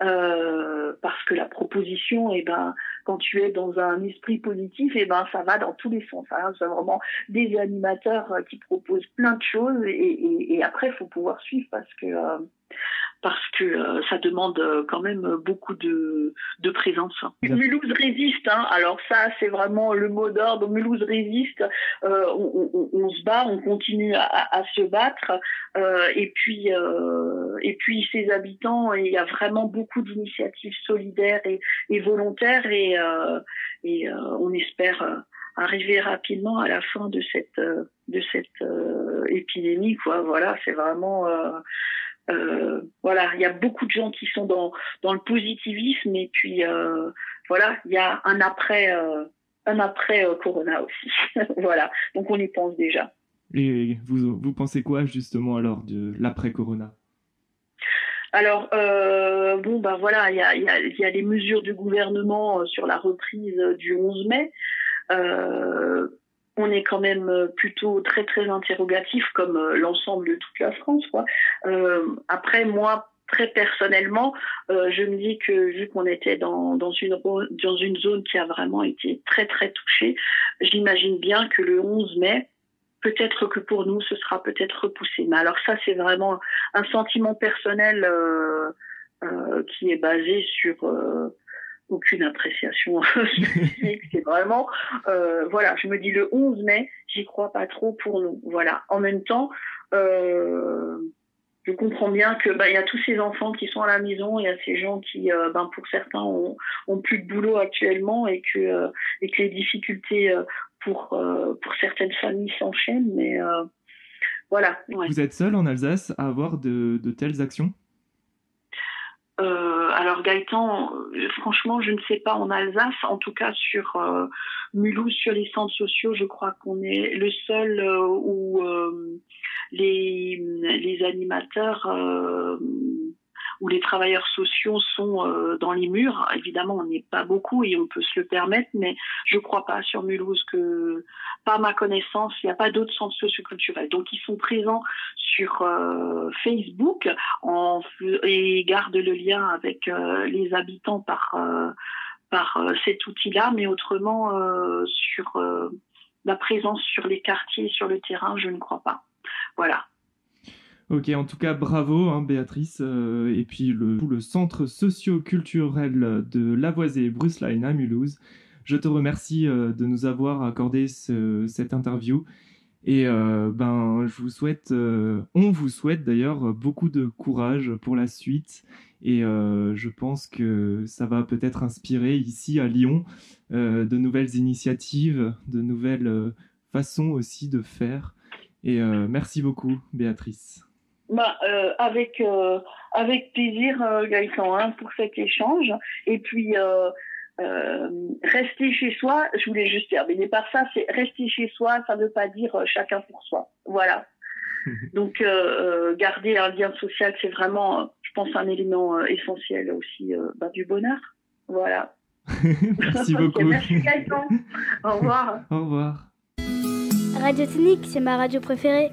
euh, parce que la proposition, eh ben, quand tu es dans un esprit positif, eh ben, ça va dans tous les sens. Hein. C'est vraiment des animateurs qui proposent plein de choses et, et, et après, il faut pouvoir suivre parce que... Euh, parce que euh, ça demande euh, quand même beaucoup de, de présence. Mulhouse résiste, hein. Alors ça c'est vraiment le mot d'ordre. Mulhouse résiste, euh, on, on, on se bat, on continue à, à se battre, euh, et puis euh, et puis ses habitants, il y a vraiment beaucoup d'initiatives solidaires et, et volontaires et, euh, et euh, on espère euh, arriver rapidement à la fin de cette euh, de cette euh, épidémie quoi. Voilà, c'est vraiment euh, Euh, voilà, il y a beaucoup de gens qui sont dans dans le positivisme et puis euh, voilà, il y a un après euh, un après euh, Corona aussi. Voilà, donc on y pense déjà. Et vous vous pensez quoi justement alors de l'après Corona? Alors euh, bon bah voilà, il y a il y a il y a les mesures du gouvernement sur la reprise du onze mai. Euh, on est quand même plutôt très très interrogatif comme l'ensemble de toute la France quoi. Euh, après moi très personnellement euh, je me dis que vu qu'on était dans dans une dans une zone qui a vraiment été très très touchée, j'imagine bien que le onze mai peut-être que pour nous ce sera peut-être repoussé. Mais alors ça c'est vraiment un sentiment personnel euh, euh, qui est basé sur euh, aucune appréciation. C'est vraiment, euh, voilà, je me dis le onze mai, j'y crois pas trop pour nous. Voilà. En même temps, euh, je comprends bien que bah il y a tous ces enfants qui sont à la maison, il y a ces gens qui, euh, ben pour certains ont, ont plus de boulot actuellement et que euh, et que les difficultés euh, pour euh, pour certaines familles s'enchaînent. Mais euh, voilà. Ouais. Vous êtes seul en Alsace à avoir de, de telles actions? Euh, alors Gaëtan, euh, franchement, je ne sais pas en Alsace, en tout cas sur euh, Mulhouse, sur les centres sociaux, je crois qu'on est le seul euh, où euh, les les animateurs, euh, où où les travailleurs sociaux sont euh, dans les murs. Évidemment, on n'est pas beaucoup et on peut se le permettre, mais je crois pas sur Mulhouse que, pas à ma connaissance, il n'y a pas d'autres centres socioculturels. Donc, ils sont présents sur euh, Facebook en, et gardent le lien avec euh, les habitants par, euh, par euh, cet outil-là, mais autrement, euh, sur euh, la présence sur les quartiers, sur le terrain, je ne crois pas. Voilà. Ok, en tout cas, bravo, hein, Béatrice. Euh, et puis, le, le centre socio-culturel de Lavoisier-Brusselain à Mulhouse. Je te remercie euh, de nous avoir accordé ce, cette interview. Et euh, ben, je vous souhaite, euh, on vous souhaite d'ailleurs beaucoup de courage pour la suite. Et euh, je pense que ça va peut-être inspirer ici à Lyon euh, de nouvelles initiatives, de nouvelles euh, façons aussi de faire. Et euh, merci beaucoup, Béatrice. Bah, euh, avec euh, avec plaisir, euh, Gaëtan, hein, pour cet échange. Et puis, euh, euh, rester chez soi, je voulais juste terminer par ça, c'est rester chez soi, ça ne veut pas dire euh, chacun pour soi. Voilà. Donc, euh, garder un lien social, c'est vraiment, euh, je pense, un élément euh, essentiel aussi euh, bah, du bonheur. Voilà. Merci beaucoup. Okay, merci, Gaëtan. Au revoir. Au revoir. Radio Tonique, c'est ma radio préférée.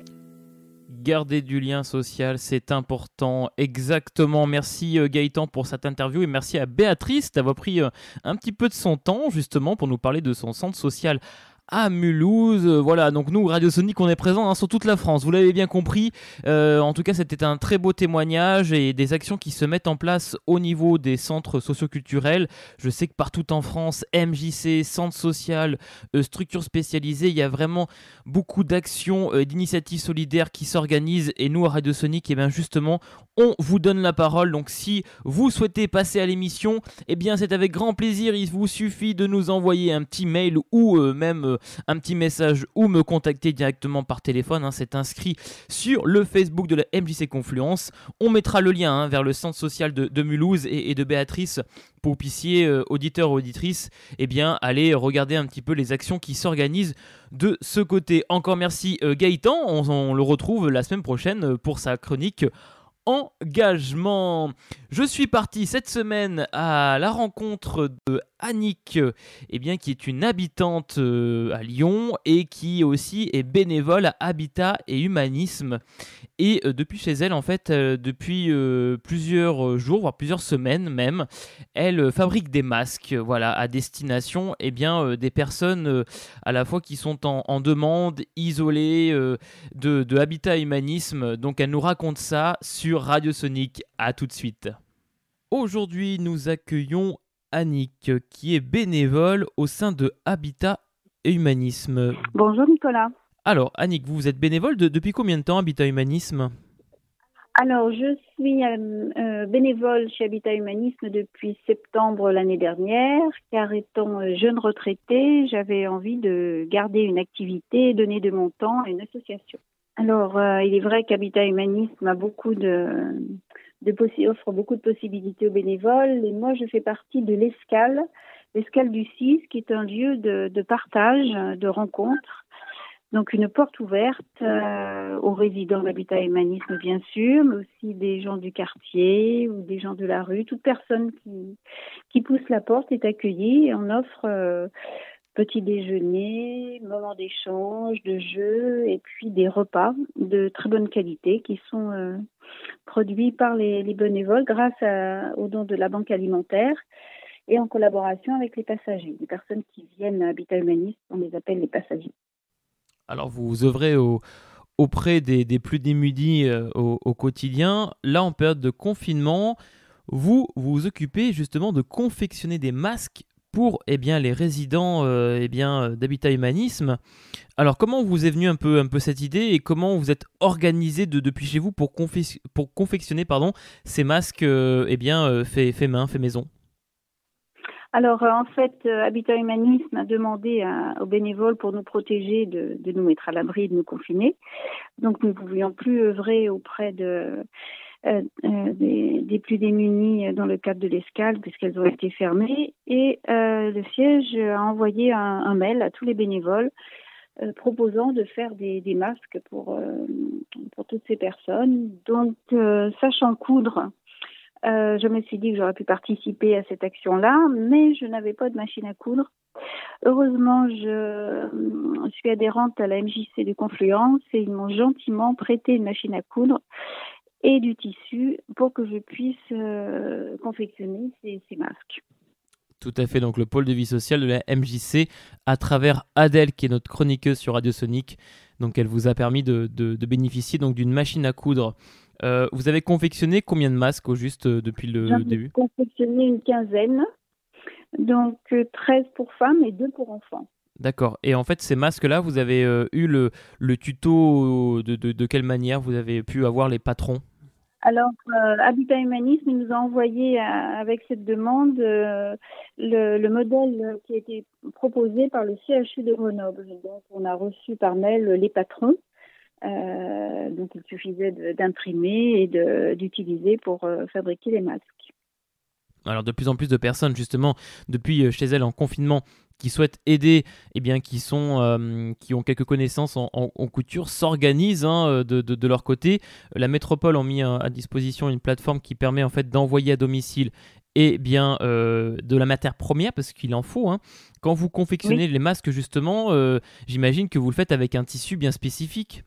Garder du lien social, c'est important, exactement. Merci euh, Gaëtan pour cette interview et merci à Béatrice d'avoir pris euh, un petit peu de son temps justement pour nous parler de son centre social à Mulhouse. Euh, voilà, donc nous, Radio Sonic, on est présent hein, sur toute la France, vous l'avez bien compris. Euh, en tout cas, c'était un très beau témoignage et des actions qui se mettent en place au niveau des centres socioculturels. Je sais que partout en France, M J C, centre social, euh, structures spécialisées, il y a vraiment beaucoup d'actions, euh, d'initiatives solidaires qui s'organisent et nous, à Radio Sonic, eh bien, justement, on vous donne la parole. Donc si vous souhaitez passer à l'émission, eh bien, c'est avec grand plaisir. Il vous suffit de nous envoyer un petit mail ou euh, même euh, un petit message ou me contacter directement par téléphone. Hein, c'est inscrit sur le Facebook de la M J C Confluence. On mettra le lien hein, vers le centre social de, de Mulhouse et, et de Béatrice pour que vous puissiez, euh, auditeurs ou auditrices, eh bien, aller regarder un petit peu les actions qui s'organisent de ce côté. Encore merci euh, Gaëtan. On, on le retrouve la semaine prochaine pour sa chronique engagement. Je suis parti cette semaine à la rencontre de Annick, eh bien, qui est une habitante euh, à Lyon et qui aussi est bénévole à Habitat et Humanisme. Et euh, depuis chez elle, en fait, euh, depuis euh, plusieurs jours, voire plusieurs semaines même, elle euh, fabrique des masques, voilà, à destination eh bien, euh, des personnes euh, à la fois qui sont en, en demande, isolées euh, de, de Habitat et Humanisme. Donc elle nous raconte ça sur Radio Sonic. À tout de suite. Aujourd'hui, nous accueillons Annick, qui est bénévole au sein de Habitat et Humanisme. Bonjour Nicolas. Alors, Annick, vous êtes bénévole de, depuis combien de temps Habitat Humanisme ? Alors, je suis euh, euh, bénévole chez Habitat Humanisme depuis septembre l'année dernière, car étant euh, jeune retraitée, j'avais envie de garder une activité et donner de mon temps à une association. Alors, euh, il est vrai qu'Habitat Humanisme a beaucoup de, de possi- offre beaucoup de possibilités aux bénévoles, et moi, je fais partie de l'Escale, l'Escale du six, qui est un lieu de, de partage, de rencontre. Donc, une porte ouverte euh, aux résidents d'Habitat Humanisme, bien sûr, mais aussi des gens du quartier ou des gens de la rue. Toute personne qui, qui pousse la porte est accueillie et on offre euh, petit déjeuner, moment d'échange, de jeu et puis des repas de très bonne qualité qui sont euh, produits par les, les bénévoles grâce à, aux dons de la Banque alimentaire et en collaboration avec les passagers. Les personnes qui viennent à Habitat Humanisme, on les appelle les passagers. Alors, vous œuvrez au, auprès des, des plus démunis euh, au, au quotidien. Là, en période de confinement, vous vous occupez justement de confectionner des masques pour eh bien, les résidents euh, eh bien, d'Habitat Humanisme. Alors, comment vous est venue un peu, un peu cette idée et comment vous êtes organisé de, depuis chez vous pour, confec- pour confectionner pardon, ces masques euh, eh bien, euh, fait, fait main, fait maison ? Alors, euh, en fait, euh, Habitat Humanisme a demandé à, aux bénévoles pour nous protéger de, de nous mettre à l'abri, de nous confiner. Donc, nous ne pouvions plus œuvrer auprès de, euh, euh, des, des plus démunis dans le cadre de l'Escale, puisqu'elles ont été fermées. Et euh, le siège a envoyé un, un mail à tous les bénévoles euh, proposant de faire des, des masques pour, euh, pour toutes ces personnes. Donc, euh, sachant coudre Euh, je me suis dit que j'aurais pu participer à cette action-là, mais je n'avais pas de machine à coudre. Heureusement, je, je suis adhérente à la M J C de Confluence et ils m'ont gentiment prêté une machine à coudre et du tissu pour que je puisse euh, confectionner ces, ces masques. Tout à fait, donc le pôle de vie sociale de la M J C à travers Adèle qui est notre chroniqueuse sur Radio Sonic. Donc elle vous a permis de, de, de bénéficier donc, d'une machine à coudre. Euh, vous avez confectionné combien de masques au juste euh, depuis le J'en ai début ? confectionné une quinzaine, donc euh, treize pour femmes et deux pour enfants. D'accord. Et en fait, ces masques-là, vous avez euh, eu le, le tuto de, de, de quelle manière vous avez pu avoir les patrons ? Alors, euh, Habitat Humanisme nous a envoyé euh, avec cette demande euh, le, le modèle qui a été proposé par le C H U de Grenoble. Donc, on a reçu par mail les patrons. Euh, donc, il suffisait de, d'imprimer et de, d'utiliser pour euh, fabriquer les masques. Alors, de plus en plus de personnes, justement, depuis chez elles en confinement, qui souhaitent aider, eh bien, qui, sont, euh, qui ont quelques connaissances en, en, en couture, s'organisent hein, de, de, de leur côté. La métropole a mis à, à disposition une plateforme qui permet en fait d'envoyer à domicile eh bien, euh, de la matière première, parce qu'il en faut. Hein. Quand vous confectionnez oui. les masques, justement, euh, j'imagine que vous le faites avec un tissu bien spécifique.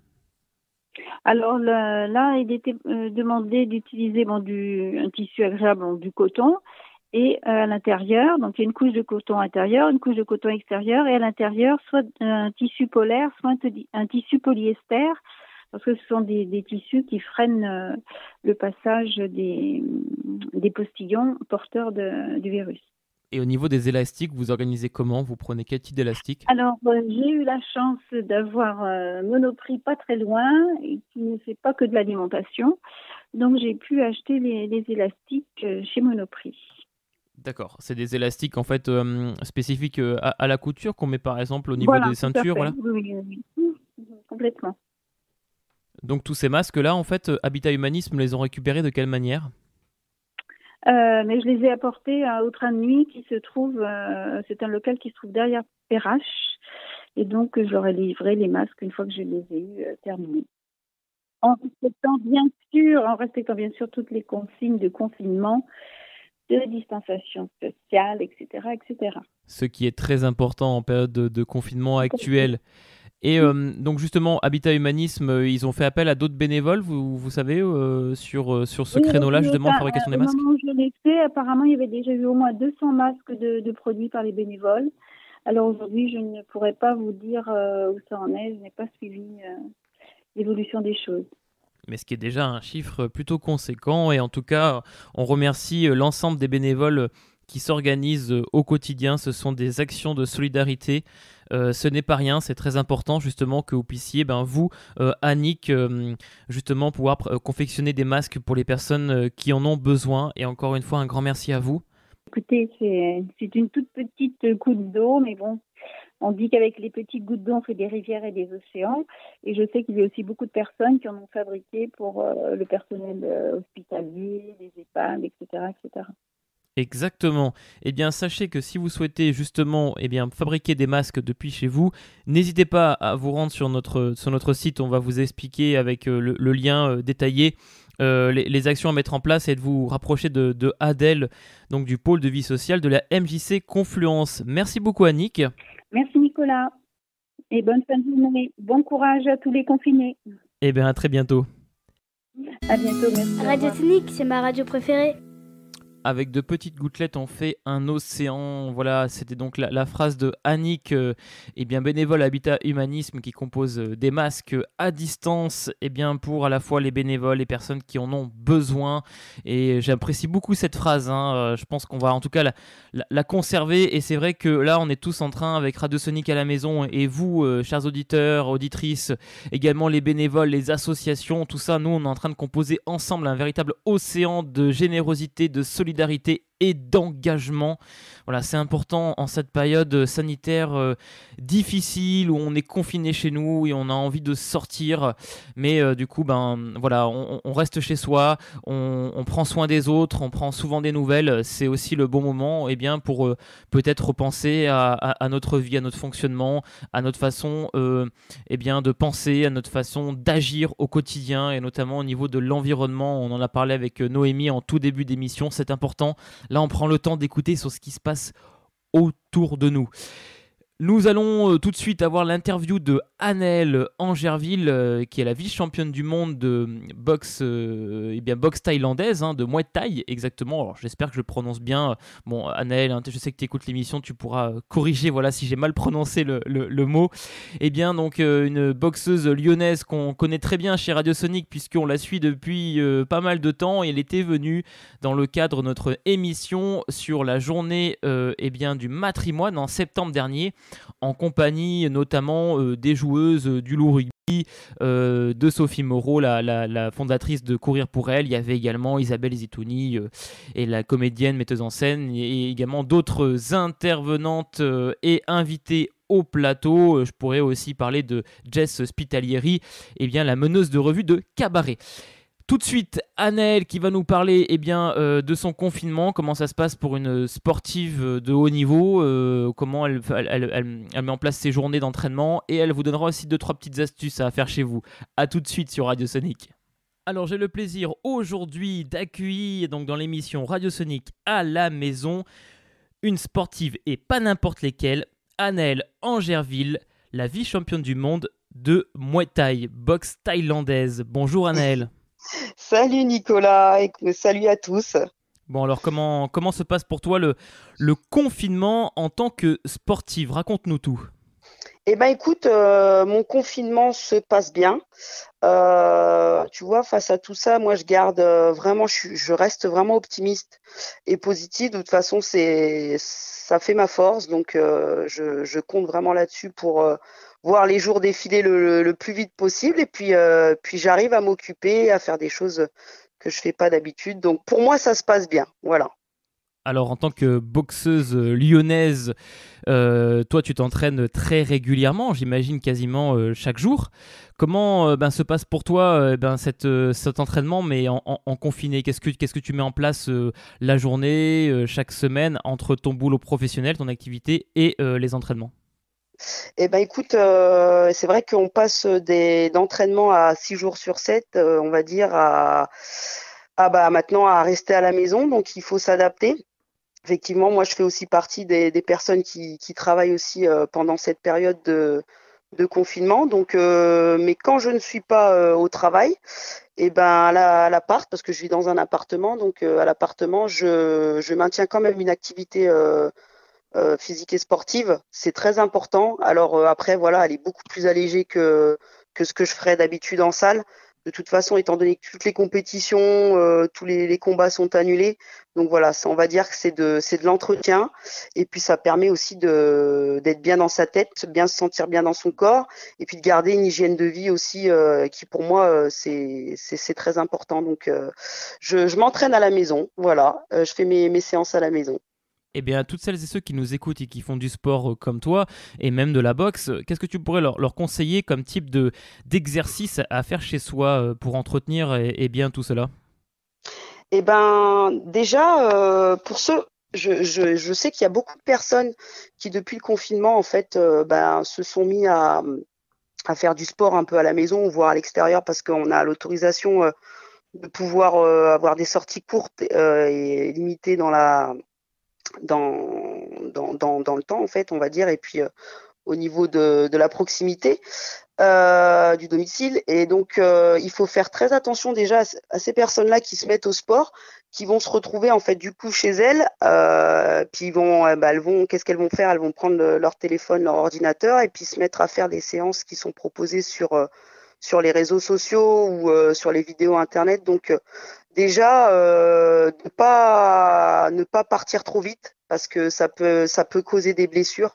Alors là, là il était euh, demandé d'utiliser bon, du, un tissu agréable, bon, du coton, et euh, à l'intérieur, donc il y a une couche de coton intérieur, une couche de coton extérieur, et à l'intérieur, soit un tissu polaire, soit un, t- un tissu polyester, parce que ce sont des, des tissus qui freinent euh, le passage des, des postillons porteurs de, du virus. Et au niveau des élastiques, vous organisez comment ? Vous prenez quel type d'élastique ? Alors, euh, j'ai eu la chance d'avoir euh, Monoprix pas très loin et qui ne fait pas que de l'alimentation. Donc, j'ai pu acheter les, les élastiques euh, chez Monoprix. D'accord. C'est des élastiques en fait euh, spécifiques euh, à, à la couture qu'on met par exemple au niveau voilà, des ceintures. Voilà. Oui, oui, oui. Complètement. Donc, tous ces masques-là, en fait, Habitat Humanisme les ont récupérés de quelle manière ? Euh, mais je les ai apportés à Au Train de Nuit qui se trouve, euh, c'est un local qui se trouve derrière Perrache. Et donc, je leur ai livré les masques une fois que je les ai eus euh, terminés. En respectant bien sûr, en respectant bien sûr toutes les consignes de confinement, de distanciation sociale, et cetera, et cetera. Ce qui est très important en période de, de confinement actuel. Et euh, donc justement, Habitat Humanisme, euh, ils ont fait appel à d'autres bénévoles, vous, vous savez, euh, sur, euh, sur ce oui, créneau-là, oui, justement, à, de fabrication à, des masques. Au moment où je l'ai fait, apparemment, il y avait déjà eu au moins deux cents masques de, de produits par les bénévoles. Alors aujourd'hui, je ne pourrais pas vous dire euh, où ça en est, je n'ai pas suivi euh, l'évolution des choses. Mais ce qui est déjà un chiffre plutôt conséquent, et en tout cas, on remercie l'ensemble des bénévoles qui s'organisent au quotidien. Ce sont des actions de solidarité. Euh, ce n'est pas rien, c'est très important justement que vous puissiez, ben, vous, euh, Annick, euh, justement pouvoir euh, confectionner des masques pour les personnes euh, qui en ont besoin. Et encore une fois, un grand merci à vous. Écoutez, c'est, c'est une toute petite goutte d'eau, mais bon, on dit qu'avec les petites gouttes d'eau, on fait des rivières et des océans. Et je sais qu'il y a aussi beaucoup de personnes qui en ont fabriqué pour euh, le personnel euh, hospitalier, les EHPAD, et cetera, et cetera. Exactement. Eh bien, sachez que si vous souhaitez justement eh bien, fabriquer des masques depuis chez vous, n'hésitez pas à vous rendre sur notre, sur notre site. On va vous expliquer avec euh, le, le lien euh, détaillé euh, les, les actions à mettre en place et de vous rapprocher de, de Adèle, donc du pôle de vie sociale de la M J C Confluence. Merci beaucoup, Annick. Merci, Nicolas. Et bonne fin de journée. Bon courage à tous les confinés. Eh bien, à très bientôt. À bientôt, merci. Radio Sonic, c'est ma radio préférée. Avec de petites gouttelettes, on fait un océan. Voilà, c'était donc la, la phrase de Annick, euh, eh bien, bénévole Habitat Humanisme, qui compose euh, des masques à distance eh bien, pour à la fois les bénévoles, les personnes qui en ont besoin. Et j'apprécie beaucoup cette phrase. Hein. Euh, je pense qu'on va en tout cas la, la, la conserver. Et c'est vrai que là, on est tous en train, avec Radio Sonic à la maison, et vous, euh, chers auditeurs, auditrices, également les bénévoles, les associations, tout ça, nous, on est en train de composer ensemble un véritable océan de générosité, de solidarité et d'engagement. Voilà, c'est important en cette période sanitaire euh, difficile où on est confiné chez nous et on a envie de sortir, mais euh, du coup, ben voilà, on, on reste chez soi, on, on prend soin des autres, on prend souvent des nouvelles. C'est aussi le bon moment, eh bien, pour euh, peut-être repenser à, à, à notre vie, à notre fonctionnement, à notre façon, euh, eh bien, de penser, à notre façon d'agir au quotidien et notamment au niveau de l'environnement. On en a parlé avec Noémie en tout début d'émission. C'est important. Là, on prend le temps d'écouter sur ce qui se passe autour de nous. Nous allons euh, tout de suite avoir l'interview de Anaëlle Angerville, euh, qui est la vice-championne du monde de boxe, euh, eh bien boxe thaïlandaise, hein, de Muay Thai exactement. Alors j'espère que je le prononce bien. Bon, Anaëlle, hein, je sais que tu écoutes l'émission, tu pourras euh, corriger, voilà, si j'ai mal prononcé le, le, le mot. Eh bien donc euh, une boxeuse lyonnaise qu'on connaît très bien chez Radio Sonic puisqu'on la suit depuis euh, pas mal de temps. Et elle était venue dans le cadre de notre émission sur la journée euh, eh bien du matrimoine en septembre dernier, en compagnie notamment euh, des joueuses euh, du loup rugby, euh, de Sophie Moreau, la, la, la fondatrice de Courir pour elle. Il y avait également Isabelle Zitouni euh, et la comédienne, metteuse en scène, et également d'autres intervenantes euh, et invitées au plateau. Je pourrais aussi parler de Jess Spitalieri, eh bien, la meneuse de revue de Cabaret. Tout de suite, Anaëlle qui va nous parler eh bien, euh, de son confinement, comment ça se passe pour une sportive de haut niveau, euh, comment elle, elle, elle, elle met en place ses journées d'entraînement, et elle vous donnera aussi deux trois petites astuces à faire chez vous. A tout de suite sur Radio Sonic. Alors j'ai le plaisir aujourd'hui d'accueillir donc dans l'émission Radio Sonic à la maison une sportive et pas n'importe lesquelles, Anaëlle Angerville, la vice-championne du monde de Muay Thai, boxe thaïlandaise. Bonjour Anaëlle. Salut Nicolas, et salut à tous. Bon alors comment, comment se passe pour toi le, le confinement en tant que sportive? Raconte-nous tout. Eh ben écoute, euh, mon confinement se passe bien. Euh, tu vois, face à tout ça, moi je garde euh, vraiment, je, je reste vraiment optimiste et positive. De toute façon, c'est, ça fait ma force, donc euh, je, je compte vraiment là-dessus pour euh, voir les jours défiler le, le, le plus vite possible. Et puis, euh, puis j'arrive à m'occuper, à faire des choses que je fais pas d'habitude. Donc pour moi, ça se passe bien. Voilà. Alors en tant que boxeuse lyonnaise, euh, toi tu t'entraînes très régulièrement, j'imagine quasiment euh, chaque jour. Comment euh, ben, se passe pour toi euh, ben, cette, euh, cet entraînement mais en, en, en confiné? Qu'est-ce que, qu'est-ce que tu mets en place euh, la journée, euh, chaque semaine, entre ton boulot professionnel, ton activité et euh, les entraînements? Eh ben écoute, euh, c'est vrai qu'on passe des, d'entraînement à six jours sur sept, euh, on va dire, à, à bah, maintenant à rester à la maison, donc il faut s'adapter. Effectivement, moi, je fais aussi partie des, des personnes qui, qui travaillent aussi euh, pendant cette période de, de confinement. Donc, euh, mais quand je ne suis pas euh, au travail, et ben à, la, à l'appart, parce que je vis dans un appartement, donc euh, à l'appartement, je, je maintiens quand même une activité euh, euh, physique et sportive. C'est très important. Alors euh, après, voilà, elle est beaucoup plus allégée que que ce que je ferais d'habitude en salle. De toute façon, étant donné que toutes les compétitions, euh, tous les, les combats sont annulés, donc voilà, ça, on va dire que c'est de, c'est de l'entretien, et puis ça permet aussi de, d'être bien dans sa tête, bien se sentir bien dans son corps, et puis de garder une hygiène de vie aussi, euh, qui pour moi, euh, c'est, c'est, c'est très important. Donc, euh, je, je m'entraîne à la maison, voilà, euh, je fais mes, mes séances à la maison. Eh bien, à toutes celles et ceux qui nous écoutent et qui font du sport euh, comme toi, et même de la boxe, euh, qu'est-ce que tu pourrais leur, leur conseiller comme type de, d'exercice à faire chez soi euh, pour entretenir et, et bien tout cela? Eh ben, déjà, euh, pour ceux, je, je, je sais qu'il y a beaucoup de personnes qui, depuis le confinement, en fait, euh, ben, se sont mis à, à faire du sport un peu à la maison, voire à l'extérieur, parce qu'on a l'autorisation euh, de pouvoir euh, avoir des sorties courtes euh, et limitées dans la Dans, dans, dans, dans le temps, en fait, on va dire, et puis euh, au niveau de, de la proximité euh, du domicile. Et donc, euh, il faut faire très attention déjà à, à ces personnes-là qui se mettent au sport, qui vont se retrouver, en fait, du coup, chez elles. Euh, puis, ils vont, euh, bah, elles vont, qu'est-ce qu'elles vont faire? Elles vont prendre le, leur téléphone, leur ordinateur, et puis se mettre à faire des séances qui sont proposées sur, euh, sur les réseaux sociaux ou euh, sur les vidéos Internet. Donc, euh, déjà, euh, ne pas ne pas partir trop vite parce que ça peut ça peut causer des blessures.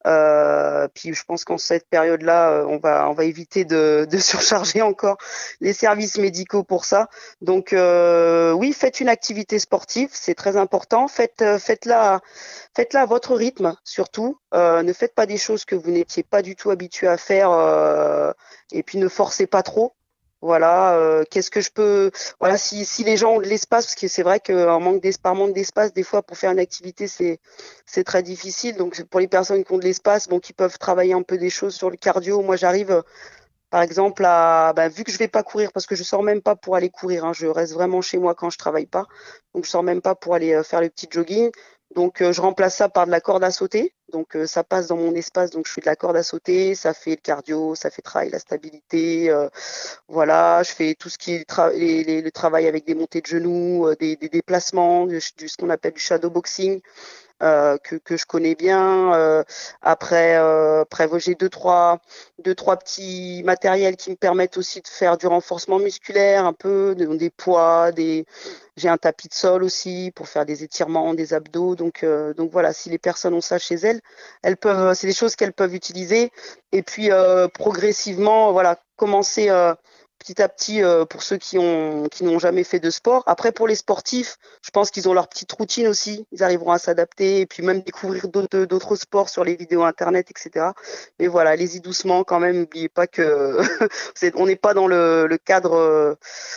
Euh, puis je pense qu'en cette période-là, on va on va éviter de, de surcharger encore les services médicaux pour ça. Donc euh, oui, faites une activité sportive, c'est très important. Faites faites-la faites-la à votre rythme surtout. Euh, ne faites pas des choses que vous n'étiez pas du tout habitué à faire euh, et puis ne forcez pas trop. Voilà, euh, qu'est-ce que je peux, voilà, si, si les gens ont de l'espace, parce que c'est vrai qu'un manque d'espace, par manque d'espace, des fois pour faire une activité, c'est, c'est très difficile. Donc pour les personnes qui ont de l'espace, bon, qui peuvent travailler un peu des choses sur le cardio, moi j'arrive, par exemple, à, bah, vu que je vais pas courir, parce que je sors même pas pour aller courir, hein, je reste vraiment chez moi quand je travaille pas, donc je sors même pas pour aller euh, faire le petit jogging. Donc euh, je remplace ça par de la corde à sauter. Donc euh, ça passe dans mon espace, donc je fais de la corde à sauter, ça fait le cardio, ça fait travailler la stabilité, euh, voilà, je fais tout ce qui est tra- les, les- le travail avec des montées de genoux, euh, des, des déplacements, du, du- ce qu'on appelle du shadow boxing. Euh, que, que je connais bien. Euh, après, euh, après j'ai deux trois, deux, trois petits matériels qui me permettent aussi de faire du renforcement musculaire, un peu, de- des poids, des... j'ai un tapis de sol aussi pour faire des étirements, des abdos. Donc, euh, donc voilà, si les personnes ont ça chez elles, elles peuvent, c'est des choses qu'elles peuvent utiliser. Et puis euh, progressivement, voilà, commencer euh, petit à petit euh, pour ceux qui ont qui n'ont jamais fait de sport. Après, pour les sportifs, je pense qu'ils ont leur petite routine aussi. Ils arriveront à s'adapter et puis même découvrir d'autres d'autres sports sur les vidéos internet, et cetera. Mais voilà, allez-y doucement quand même. N'oubliez pas que c'est, on n'est pas dans le, le cadre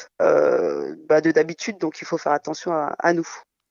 euh, bah, de d'habitude, donc il faut faire attention à, à nous.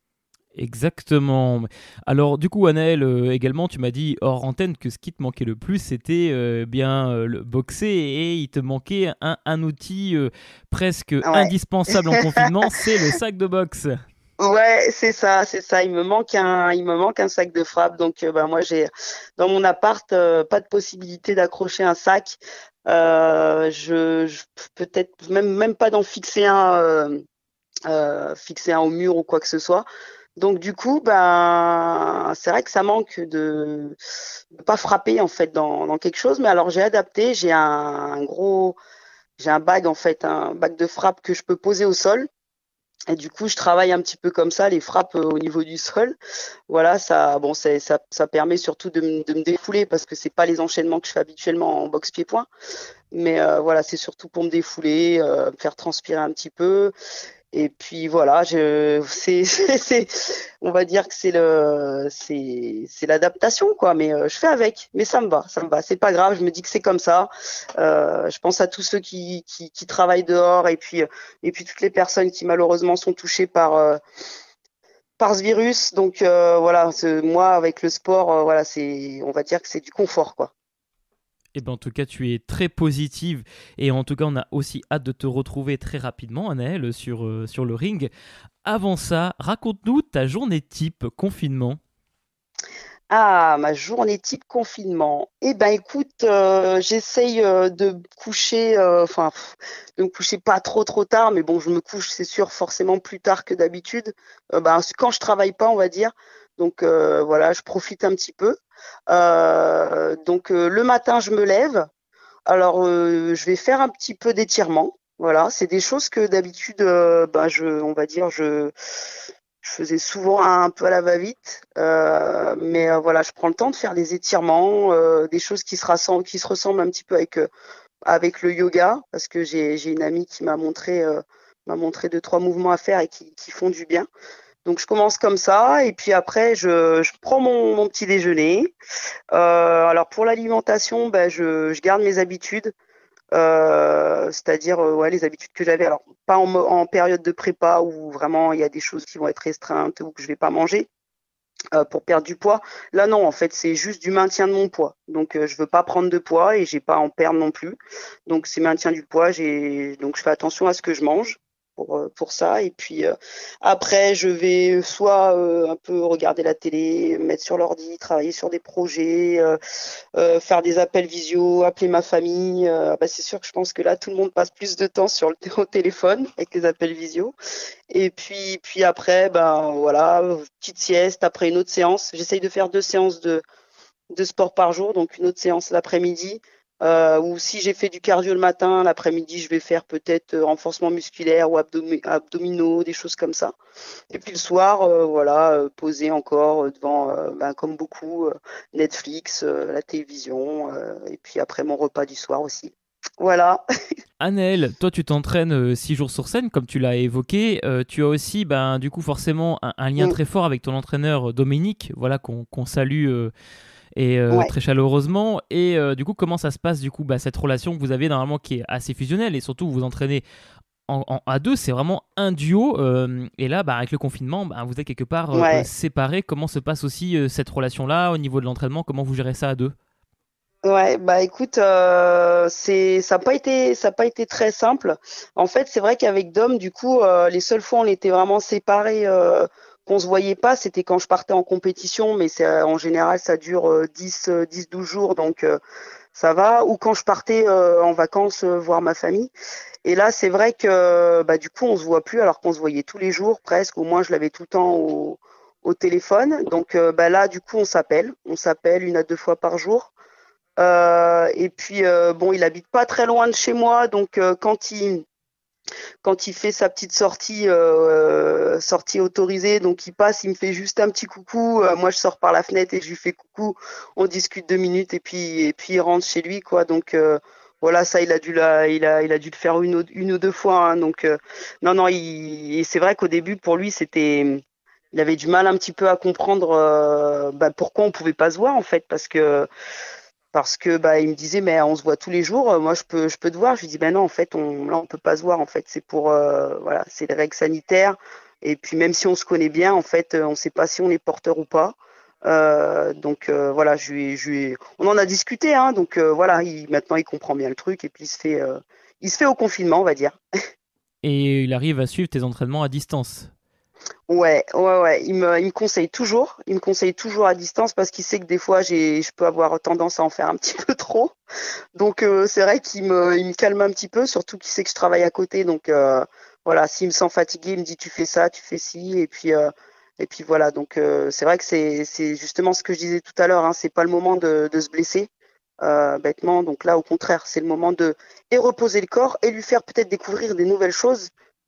Exactement. Alors du coup, Anaël, euh, également, tu m'as dit hors antenne que ce qui te manquait le plus, c'était euh, bien euh, le boxer et il te manquait un, un outil euh, presque Ouais. indispensable en confinement, c'est le sac de boxe. Ouais, c'est ça, c'est ça. Il me manque un, il me manque un sac de frappe. Donc, euh, bah, moi, j'ai dans mon appart euh, pas de possibilité d'accrocher un sac. Euh, je, je peut-être même même pas d'en fixer un, euh, euh, fixer un au mur ou quoi que ce soit. Donc du coup, ben, c'est vrai que ça manque de ne pas frapper en fait dans, dans quelque chose. Mais alors j'ai adapté, j'ai un, un gros, j'ai un bag en fait, un bag de frappe que je peux poser au sol. Et du coup, je travaille un petit peu comme ça, les frappes euh, au niveau du sol. Voilà, ça, bon, c'est, ça, ça permet surtout de, me- de me défouler parce que c'est pas les enchaînements que je fais habituellement en boxe pied-point. Mais euh, voilà, c'est surtout pour me défouler, euh, me faire transpirer un petit peu. Et puis voilà, je, c'est, c'est, c'est- on va dire que c'est le, c'est, c'est l'adaptation quoi. Mais euh, je fais avec, mais ça me va, ça me va. C'est pas grave. Je me dis que c'est comme ça. Euh, je pense à tous ceux qui, qui, qui travaillent dehors et puis, et puis toutes les personnes qui malheureusement sont touchées par, euh, par ce virus. Donc euh, voilà, ce- moi avec le sport, euh, voilà, c'est, on va dire que c'est du confort quoi. Et ben en tout cas, tu es très positive et en tout cas, on a aussi hâte de te retrouver très rapidement, Anaël, sur, euh, sur le ring. Avant ça, raconte-nous ta journée type confinement. Ah, ma journée type confinement. Eh ben, écoute, euh, j'essaye euh, de me coucher, euh, enfin, pff, de me coucher pas trop trop tard, mais bon, je me couche, c'est sûr, forcément plus tard que d'habitude. Euh, ben, quand je travaille pas, on va dire. Donc euh, voilà, je profite un petit peu. Euh, donc euh, le matin, je me lève. Alors, euh, je vais faire un petit peu d'étirement. Voilà, c'est des choses que d'habitude, euh, ben, je, on va dire, je je faisais souvent un peu à la va-vite, euh, mais euh, voilà, je prends le temps de faire des étirements, euh, des choses qui se rassemblent, qui se ressemblent un petit peu avec euh, avec le yoga, parce que j'ai j'ai une amie qui m'a montré euh, m'a montré deux trois mouvements à faire et qui qui font du bien. Donc je commence comme ça et puis après je je prends mon mon petit déjeuner. Euh, alors pour l'alimentation, ben je je garde mes habitudes. Euh, c'est-à-dire euh, ouais, les habitudes que j'avais. Alors, pas en, mo- en période de prépa où vraiment il y a des choses qui vont être restreintes ou que je vais pas manger euh, pour perdre du poids. Là, non, en fait, c'est juste du maintien de mon poids. Donc, euh, je veux pas prendre de poids et j'ai pas à en perdre non plus. Donc, c'est maintien du poids. J'ai donc je fais attention à ce que je mange. Pour, euh, pour ça et puis euh, après je vais soit euh, un peu regarder la télé, mettre sur l'ordi, travailler sur des projets, euh, euh, faire des appels visio, appeler ma famille. Euh, bah, c'est sûr que je pense que là, tout le monde passe plus de temps sur le au téléphone avec les appels visio. Et puis, puis après, ben voilà, petite sieste, après une autre séance. J'essaye de faire deux séances de, de sport par jour, donc une autre séance l'après-midi. Euh, ou si j'ai fait du cardio le matin, l'après-midi, je vais faire peut-être euh, renforcement musculaire ou abdomi- abdominaux, des choses comme ça. Et puis le soir, euh, voilà, euh, poser encore euh, devant, euh, ben, comme beaucoup, euh, Netflix, euh, la télévision, euh, et puis après mon repas du soir aussi. Voilà. Anaël, toi tu t'entraînes six jours sur scène, comme tu l'as évoqué. Euh, tu as aussi, ben, du coup, forcément un, un lien Mm. très fort avec ton entraîneur euh, Dominique, voilà, qu'on qu'on salue euh, et euh, Ouais. très chaleureusement. Et euh, du coup, comment ça se passe, du coup, bah, cette relation que vous avez normalement qui est assez fusionnelle et surtout vous vous entraînez en, en- à deux, c'est vraiment un duo. Euh, et là, bah, avec le confinement, bah, vous êtes quelque part euh, euh, Ouais. séparés. Comment se passe aussi euh, cette relation-là au niveau de l'entraînement? Comment vous gérez ça à deux? Ouais, bah écoute, euh, c'est ça n'a pas été ça a pas été très simple. En fait, c'est vrai qu'avec Dom, du coup, euh, les seules fois où on était vraiment séparés, euh, qu'on se voyait pas, c'était quand je partais en compétition, mais c'est euh, en général ça dure euh, dix, euh, dix, douze jours, donc euh, ça va. Ou quand je partais euh, en vacances euh, voir ma famille. Et là, c'est vrai que bah du coup, on se voit plus alors qu'on se voyait tous les jours presque. Au moins, je l'avais tout le temps au, au téléphone. Donc euh, bah là, du coup, on s'appelle, on s'appelle une à deux fois par jour. Euh, et puis euh, bon, il habite pas très loin de chez moi, donc euh, quand il quand il fait sa petite sortie euh, sortie autorisée, donc il passe, il me fait juste un petit coucou. Euh, moi, je sors par la fenêtre et je lui fais coucou. On discute deux minutes et puis et puis il rentre chez lui, quoi. Donc euh, voilà, ça, il a dû la, il a il a dû le faire une ou, une ou deux fois. Hein, donc euh, non non, il, et c'est vrai qu'au début pour lui c'était il avait du mal un petit peu à comprendre euh, bah, pourquoi on pouvait pas se voir en fait, parce que parce que bah il me disait mais on se voit tous les jours, euh, moi je peux je peux te voir. Je lui dis ben non en fait on là on peut pas se voir en fait, c'est pour euh, voilà, c'est les règles sanitaires, et puis même si on se connaît bien en fait euh, on sait pas si on est porteur ou pas. Euh, donc euh, voilà, je lui, ai- je lui ai- on en a discuté, hein, donc euh, voilà, il, maintenant il comprend bien le truc et puis il se fait euh, il se fait au confinement, on va dire. Et il arrive à suivre tes entraînements à distance. Ouais, ouais, ouais. Il me, il me conseille toujours. Il me conseille toujours à distance parce qu'il sait que des fois, j'ai, je peux avoir tendance à en faire un petit peu trop. Donc, euh, c'est vrai qu'il me, il me calme un petit peu, surtout qu'il sait que je travaille à côté. Donc, euh, voilà, s'il me sent fatigué, il me dit tu fais ça, tu fais ci, et puis, euh, et puis voilà. Donc, euh, c'est vrai que c'est, c'est justement ce que je disais tout à l'heure. Hein, c'est pas le moment de, de se blesser, euh, bêtement. Donc là, au contraire, c'est le moment de et reposer le corps et lui faire peut-être découvrir des nouvelles choses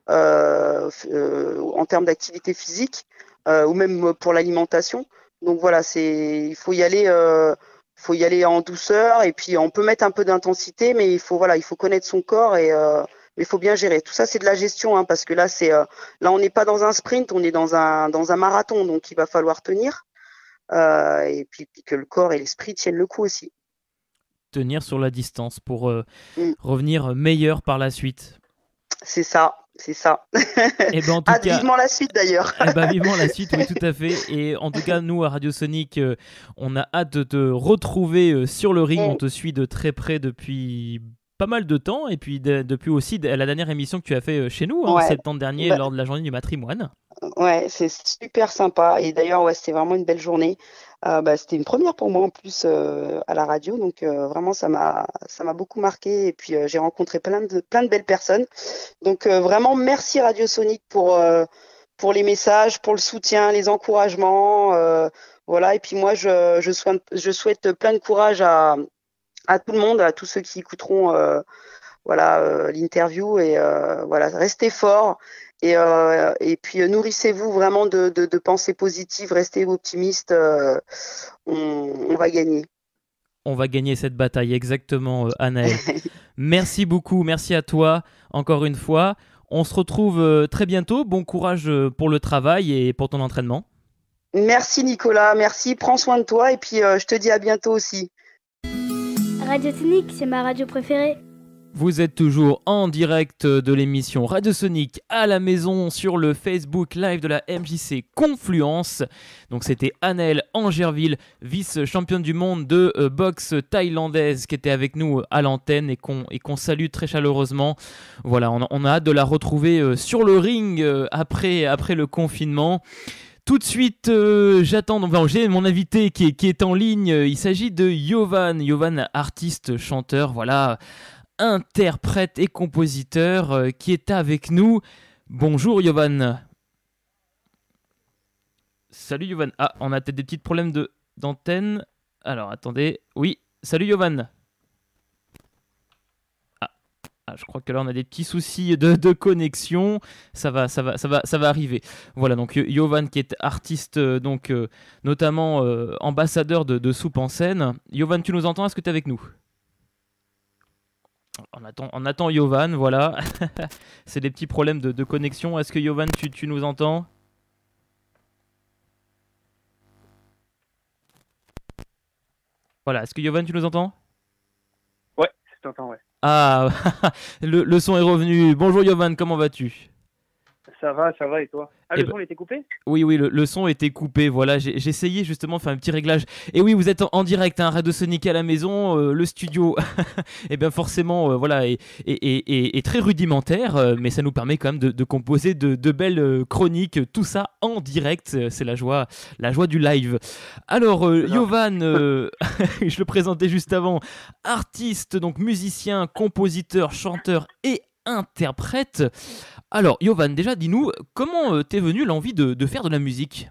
euh, euh, en termes d'activité physique euh, ou même pour l'alimentation. Donc voilà, c'est, il faut y aller. Euh, faut y aller en douceur, et puis on peut mettre un peu d'intensité, mais il faut voilà, il faut connaître son corps, et euh, mais il faut bien gérer. Tout ça, c'est de la gestion, hein, parce que là, c'est euh, là, on n'est pas dans un sprint, on est dans un dans un marathon, donc il va falloir tenir, euh, et puis, puis que le corps et l'esprit tiennent le coup aussi. Tenir sur la distance pour euh, Mm. revenir meilleur par la suite. C'est ça, c'est ça. Et ben en tout Hâte cas, vivement la suite d'ailleurs. eh ben, vivement la suite, oui, tout à fait. Et en tout cas, nous, à Radio Sonic, euh, on a hâte de te retrouver euh, sur le ring. Mm. On te suit de très près depuis pas mal de temps. Et puis, de- depuis aussi de- la dernière émission que tu as fait euh, chez nous, hein, en Ouais. septembre dernier, Bah, lors de la journée du matrimoine. ouais, c'est super sympa. Et d'ailleurs, ouais, c'était vraiment une belle journée. Euh, bah, c'était une première pour moi en plus euh, à la radio, donc euh, vraiment ça m'a ça m'a beaucoup marqué. Et puis euh, j'ai rencontré plein de plein de belles personnes. Donc euh, vraiment merci Radio Sonic pour euh, pour les messages, pour le soutien, les encouragements, euh, voilà. Et puis moi je je souhaite je souhaite plein de courage à à tout le monde, à tous ceux qui écouteront euh, voilà euh, l'interview, et euh, voilà, restez forts, et euh, et puis euh, nourrissez-vous vraiment de, de de pensées positives, restez optimistes, euh, on, on va gagner. On va gagner cette bataille, exactement, euh, Anaël. Merci beaucoup, merci à toi, encore une fois. On se retrouve euh, très bientôt. Bon courage euh, pour le travail et pour ton entraînement. Merci Nicolas, merci, prends soin de toi, et puis euh, je te dis à bientôt aussi. Radio Sonic, c'est ma radio préférée. Vous êtes toujours en direct de l'émission Radio Sonic à la maison sur le Facebook Live de la M J C Confluence. Donc c'était Anaël Angerville, vice-championne du monde de euh, boxe thaïlandaise, qui était avec nous à l'antenne et qu'on et qu'on salue très chaleureusement. Voilà, on a, on a hâte de la retrouver euh, sur le ring euh, après, après le confinement. Tout de suite, euh, j'attends, enfin, j'ai mon invité qui est, qui est en ligne. Il s'agit de Yovan, Yovan, artiste, chanteur, voilà, interprète et compositeur euh, qui est avec nous. Bonjour Yovan. Salut Yovan. Ah, on a peut-être des petits problèmes de, d'antenne. Alors attendez. Oui, salut Yovan. Ah, je crois que là on a des petits soucis de, de connexion, ça va, ça va, ça va, ça va arriver. Voilà, donc Yovan qui est artiste, euh, donc euh, notamment euh, ambassadeur de, de Soupe en scène. Yovan, tu nous entends? Est-ce que tu es avec nous? On attend, on attend Yovan, voilà. C'est des petits problèmes de, de connexion. Est-ce que Yovan, tu, tu nous entends? Voilà, est-ce que Yovan, tu nous entends? Ouais, je t'entends, ouais. Ah, le, le son est revenu. Bonjour Yovan, comment vas-tu? Ça va, ça va, et toi? Ah, Eh le ben- son il était coupé? Oui, oui, le, le son était coupé. Voilà, j'ai j'ai essayé justement de faire un petit réglage. Et oui, vous êtes en, en direct, hein, Radio Sonic à la maison, euh, le studio. Et bien forcément, euh, voilà, est, est, est- est- est très rudimentaire, euh, mais ça nous permet quand même de, de composer de, de belles euh, chroniques, tout ça en direct. Euh, C'est la joie, la joie du live. Alors, euh, C'est ça. Yovan, euh, je le présentais juste avant, artiste, donc musicien, compositeur, chanteur et interprète. Alors, Yovan, déjà, dis-nous, comment euh, t'es venu l'envie de, de faire de la musique?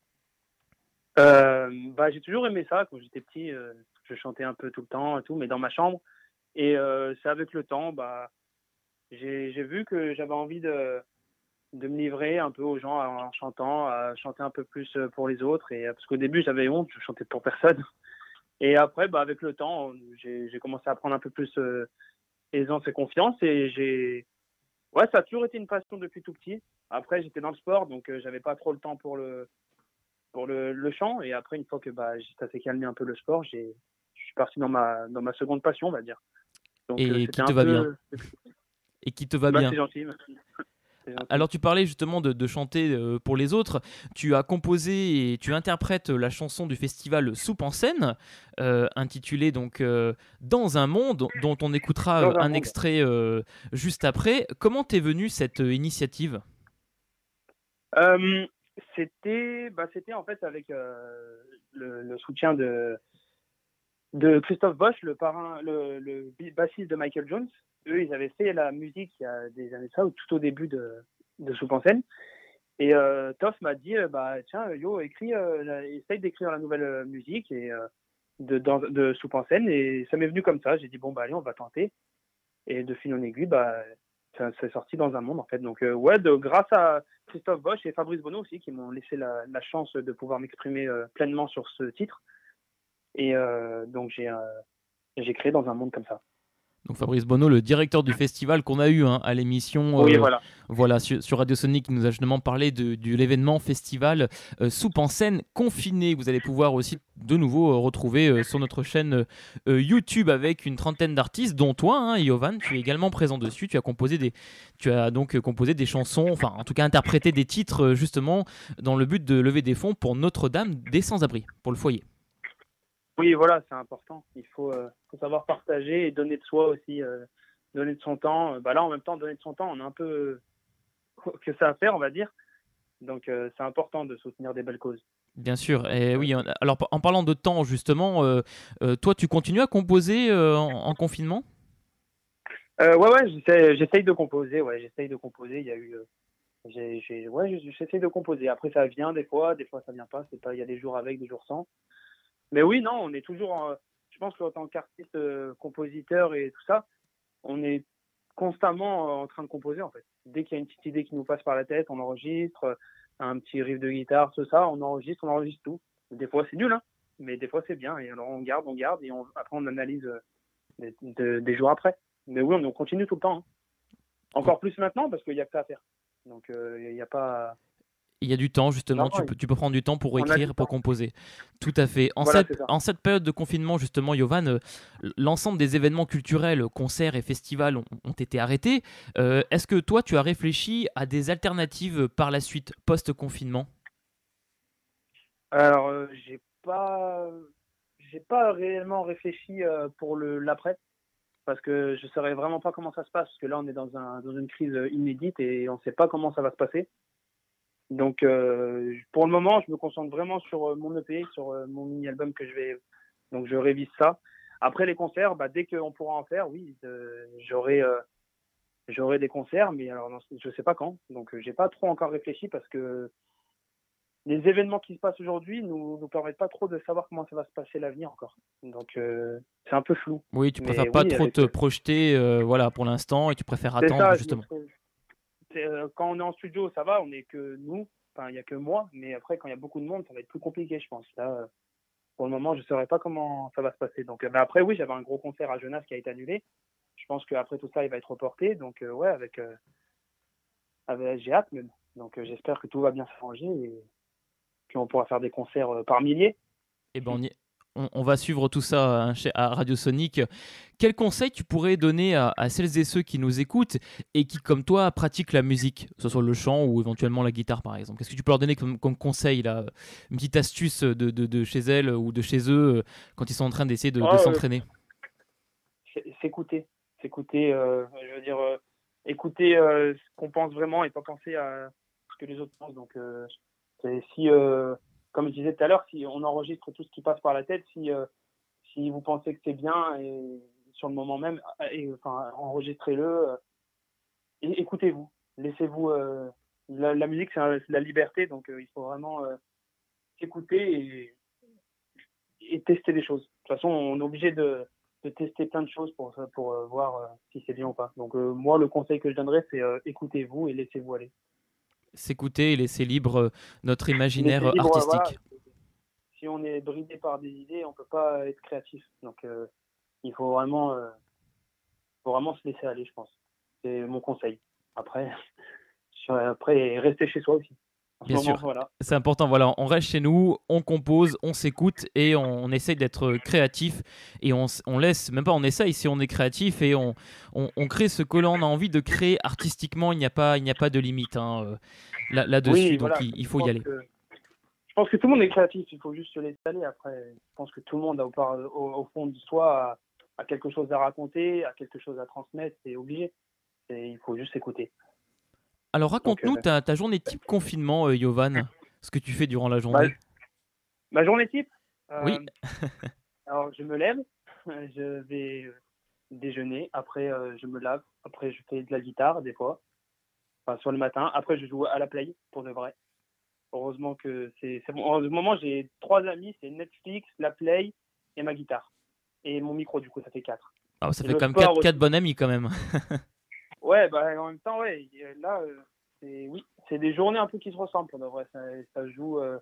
Euh, bah, j'ai toujours aimé ça. Quand j'étais petit, euh, je chantais un peu tout le temps et tout, mais dans ma chambre. Et euh, c'est avec le temps, bah, j'ai j'ai vu que j'avais envie de, de me livrer un peu aux gens en chantant, à chanter un peu plus euh, pour les autres. Et, euh, parce qu'au début, j'avais honte, je chantais pour personne. Et après, bah, avec le temps, j'ai j'ai commencé à prendre un peu plus euh, aisance et confiance. Et j'ai. Ouais, ça a toujours été une passion depuis tout petit. Après, j'étais dans le sport, donc euh, j'avais pas trop le temps pour le, pour le, le chant. Et après, une fois que bah, j- ça s'est calmé un peu le sport, j'ai, je suis parti dans ma, dans ma seconde passion, on va dire. Donc, euh, Et c'était qui un te va peu- bien? Et qui te va Bah, bien? c'est gentil, merci. C'est gentil. Alors, tu parlais justement de, de chanter euh, pour les autres. Tu as composé et tu interprètes la chanson du festival Soupe en scène, euh, intitulée donc euh, Dans un monde, dont on écoutera Dans euh, un un monde. extrait euh, juste après. Comment t'es venue cette euh, initiative? Euh, c'était, bah, c'était en fait avec euh, le, le soutien de, de Christophe Bosch, le parrain, le, le bi- bassiste de Michael Jones. Eux, ils avaient fait la musique il y a des années de ça, ou tout au début de, de Soupe en scène. Et euh, Toff m'a dit, euh, bah tiens, yo, écris, euh, la- essaye d'écrire la nouvelle euh, musique et euh, de, dans- de Soupe en scène. Et ça m'est venu comme ça. J'ai dit bon bah allez, on va tenter. Et de fil en aiguille, bah ça s'est sorti dans un monde en fait. Donc euh, ouais, de, grâce à Christophe Bosch et Fabrice Bonneau aussi qui m'ont laissé la, la chance de pouvoir m'exprimer euh, pleinement sur ce titre. Et euh, donc j'ai euh, j'ai créé dans un monde comme ça. Donc Fabrice Bonneau, le directeur du festival qu'on a eu hein, à l'émission Oui, euh, voilà. voilà, sur, sur Radio Sonic, qui nous a justement parlé de, de l'événement festival euh, Soupe en scène confinée. Vous allez pouvoir aussi de nouveau euh, retrouver euh, sur notre chaîne euh, YouTube avec une trentaine d'artistes, dont toi, hein, Yovan, tu es également présent dessus. Tu as composé des, tu as donc euh, composé des chansons, enfin en tout cas interprété des titres euh, justement dans le but de lever des fonds pour Notre-Dame des sans-abri, pour le foyer. Oui, voilà, c'est important. Il faut, euh, faut savoir partager et donner de soi aussi, euh, donner de son temps. Bah là, en même temps, donner de son temps, on a un peu euh, que ça à faire, on va dire. Donc, euh, c'est important de soutenir des belles causes. Bien sûr. Et oui, on- alors en parlant de temps justement, euh, euh, toi tu continues à composer euh, en, en confinement? Euh, ouais, ouais, j'essaie, j'essaye de composer. Ouais, j'essaye de composer. Il y a eu, euh, j'ai, j'ai, ouais, j'essaie de composer. Après, ça vient des fois, des fois ça vient pas. C'est pas, il y a des jours avec, des jours sans. Mais oui, non, on est toujours. en- je pense qu'en tant qu'artiste, euh, compositeur et tout ça, on est constamment euh, en train de composer en fait. Dès qu'il y a une petite idée qui nous passe par la tête, on enregistre euh, un petit riff de guitare, tout ça, on enregistre, on enregistre tout. Des fois c'est nul, hein, mais des fois c'est bien. Et alors on garde, on garde et on, après on analyse euh, des, de- des jours après. Mais oui, on, on continue tout le temps. hein. Encore plus maintenant parce qu'il n'y a que ça à faire. Donc euh, il n'y a pas. Il y a du temps justement, Non, tu il- peux, tu peux prendre du temps pour on a écrire, du pour temps. composer. Tout à fait. En, Voilà, cette, c'est ça. en cette période de confinement justement, Yovan, euh, l'ensemble des événements culturels, concerts et festivals ont, ont été arrêtés. Euh, Est-ce que toi tu as réfléchi à des alternatives par la suite, post-confinement? Alors euh, j'ai pas, j'ai pas réellement réfléchi euh, pour le l'après. Parce que je ne saurais vraiment pas comment ça se passe, parce que là, on est dans, un, dans une crise inédite et on ne sait pas comment ça va se passer. Donc, euh, pour le moment, je me concentre vraiment sur euh, mon E P, sur euh, mon mini-album que je vais... Donc, je révise ça. Après, les concerts, bah, dès qu'on pourra en faire, oui, euh, j'aurai, euh, j'aurai des concerts, mais alors, non, je ne sais pas quand. Donc, euh, j'ai pas trop encore réfléchi parce que les événements qui se passent aujourd'hui nous nous permettent pas trop de savoir comment ça va se passer l'avenir encore. Donc euh, c'est un peu flou. Oui, tu Mais préfères pas oui, trop avec, te euh, projeter euh, voilà, pour l'instant et tu préfères c'est attendre ça. Je me justement. trouve- c'est, euh, quand on est en studio, ça va, on est que nous. Enfin, il y a que moi. Mais après, quand il y a beaucoup de monde, ça va être plus compliqué, je pense. Là, euh, pour le moment, je saurais pas comment ça va se passer. Donc, euh, mais après, oui, j'avais un gros concert à Genasse qui a été annulé. Je pense qu'après tout ça, il va être reporté. Donc, euh, ouais, avec, euh, avec j'ai hâte même. Donc, euh, j'espère que tout va bien s'arranger et puis on pourra faire des concerts euh, par milliers. Eh ben, on, y- on- on va suivre tout ça hein, chez, à Radio Sonic. Quel conseil tu pourrais donner à, à celles et ceux qui nous écoutent et qui, comme toi, pratiquent la musique, que ce soit le chant ou éventuellement la guitare, par exemple? Qu'est-ce que tu peux leur donner comme, comme conseil, là, une petite astuce de, de- de chez elles ou de chez eux euh, quand ils sont en train d'essayer de, de Oh, euh, s'entraîner? c'est- s'écouter. S'écouter, euh, je veux dire, euh, écouter euh, ce qu'on pense vraiment et pas penser à ce que les autres pensent. Donc, euh, c'est si, euh, comme je disais tout à l'heure, si on enregistre tout ce qui passe par la tête, si, euh, si vous pensez que c'est bien et sur le moment même, euh, et, enfin, enregistrez-le euh, et écoutez-vous. Laissez-vous. Euh, la, la musique, c'est un- c'est la liberté, donc euh, il faut vraiment euh, s'écouter et, et tester des choses. De toute façon, on est obligé de, de tester plein de choses pour, pour euh, voir euh, si c'est bien ou pas. Donc, euh, moi, le conseil que je donnerais, c'est euh, écoutez-vous et laissez-vous aller. S'écouter et laisser libre euh, notre imaginaire Laissez euh, libre, voilà. artistique. Si on est bridé par des idées, on peut pas être créatif. Donc, euh, il faut vraiment, euh, faut vraiment se laisser aller, je pense. C'est mon conseil. Après, sur- après rester chez soi aussi. En ce Bien moment, sûr, voilà. c'est important. Voilà, on reste chez nous, on compose, on s'écoute et on, on essaye d'être créatif et on, s- on laisse, même pas on essaye, si on est créatif et on, on, on crée ce que l'on a envie de créer artistiquement. Il n'y a pas, il n'y a pas de limite hein, euh, là, là-dessus, Oui, donc voilà. il, il Je faut y pense aller. que, je pense que tout le monde est créatif. Il faut juste se laisser aller. Après, je pense que tout le monde a au, par- au, au fond de soi a, a quelque chose à raconter, a quelque chose à transmettre. C'est obligé. Et il faut juste écouter. Alors Donc, raconte-nous euh, ta, ta journée type confinement, euh, Yovan, ce que tu fais durant la bah, journée. ma journée type. Oui, euh, Alors, je me lève, je vais euh, déjeuner, après euh, je me lave, après je fais de la guitare des fois, enfin sur le matin, après je joue à la play pour de vrai. Heureusement que c'est c'est bon. En ce moment, j'ai trois amis, c'est Netflix, la play et ma guitare. Et mon micro, du coup, ça fait quatre. ah, ça Et fait le quand même sport quatre, quatre aussi. bonnes amies quand même. Ouais, bah en même temps, ouais, et, euh, là, euh, c'est oui, c'est des journées un peu qui se ressemblent pour de vrai. Ça, ça joue. euh,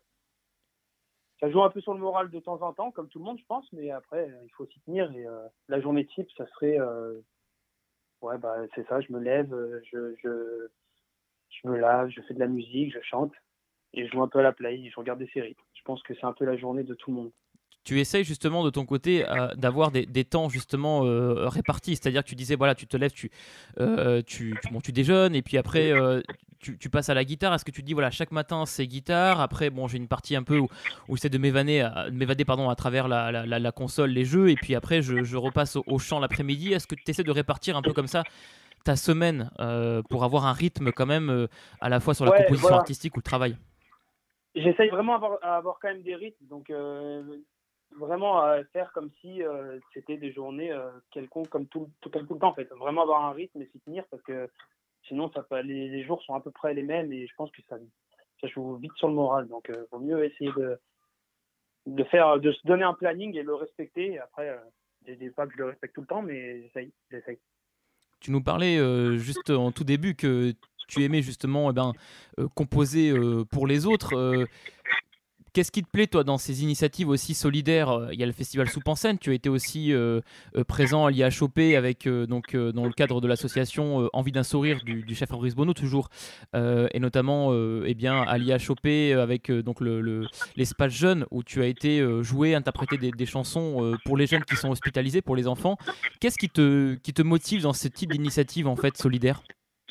Ça joue un peu sur le moral de temps en temps, comme tout le monde, je pense, mais après, euh, il faut s'y tenir. Et euh, la journée type, ça serait, euh, ouais, bah, c'est ça, je me lève, euh, je, je, je me lave, je fais de la musique, je chante, et je joue un peu à la play, et je regarde des séries. Je pense que c'est un peu la journée de tout le monde. Tu essayes justement de ton côté euh, d'avoir des, des temps justement euh, répartis, c'est-à-dire que tu disais voilà tu te lèves, tu, euh, tu, tu, bon, tu déjeunes et puis après euh, tu, tu passes à la guitare. Est-ce que tu te dis voilà chaque matin c'est guitare, après bon j'ai une partie un peu où, où j'essaie de m'évader, à- de m'évader pardon à travers la, la, la, la console, les jeux et puis après je, je repasse au, au chant l'après-midi. Est-ce que tu essaies de répartir un peu comme ça ta semaine euh, pour avoir un rythme quand même euh, à la fois sur la Ouais, composition voilà. artistique ou le travail? J'essaye vraiment avoir, à avoir quand même des rythmes, donc euh, vraiment à faire comme si euh, c'était des journées euh, quelconques, comme tout, tout, comme tout le temps en fait. Vraiment avoir un rythme et s'y tenir, parce que sinon ça peut, les, les jours sont à peu près les mêmes et je pense que ça, ça joue vite sur le moral. Donc il euh, vaut mieux essayer de, de, faire, de se donner un planning et le respecter. Et après, euh, je dis pas que je le respecte tout le temps, mais j'essaye. j'essaye. Tu nous parlais euh, juste en tout début que tu aimais justement eh ben, euh, composer euh, pour les autres. Euh, Qu'est-ce qui te plaît, toi, dans ces initiatives aussi solidaires? Euh, Il y a le festival Soupe en Scène. Tu as été aussi euh, euh, présent à l'I H O P avec, euh, donc, euh, dans le cadre de l'association euh, Envie d'un sourire du, du chef Fabrice Bonneau, toujours. Euh, et notamment euh, eh bien, à l'I H O P avec euh, donc, le, le- l'espace jeune où tu as été euh, joué, interpréter des, des chansons euh, pour les jeunes qui sont hospitalisés, pour les enfants. Qu'est-ce qui te, qui te motive dans ce type d'initiative en fait, solidaire?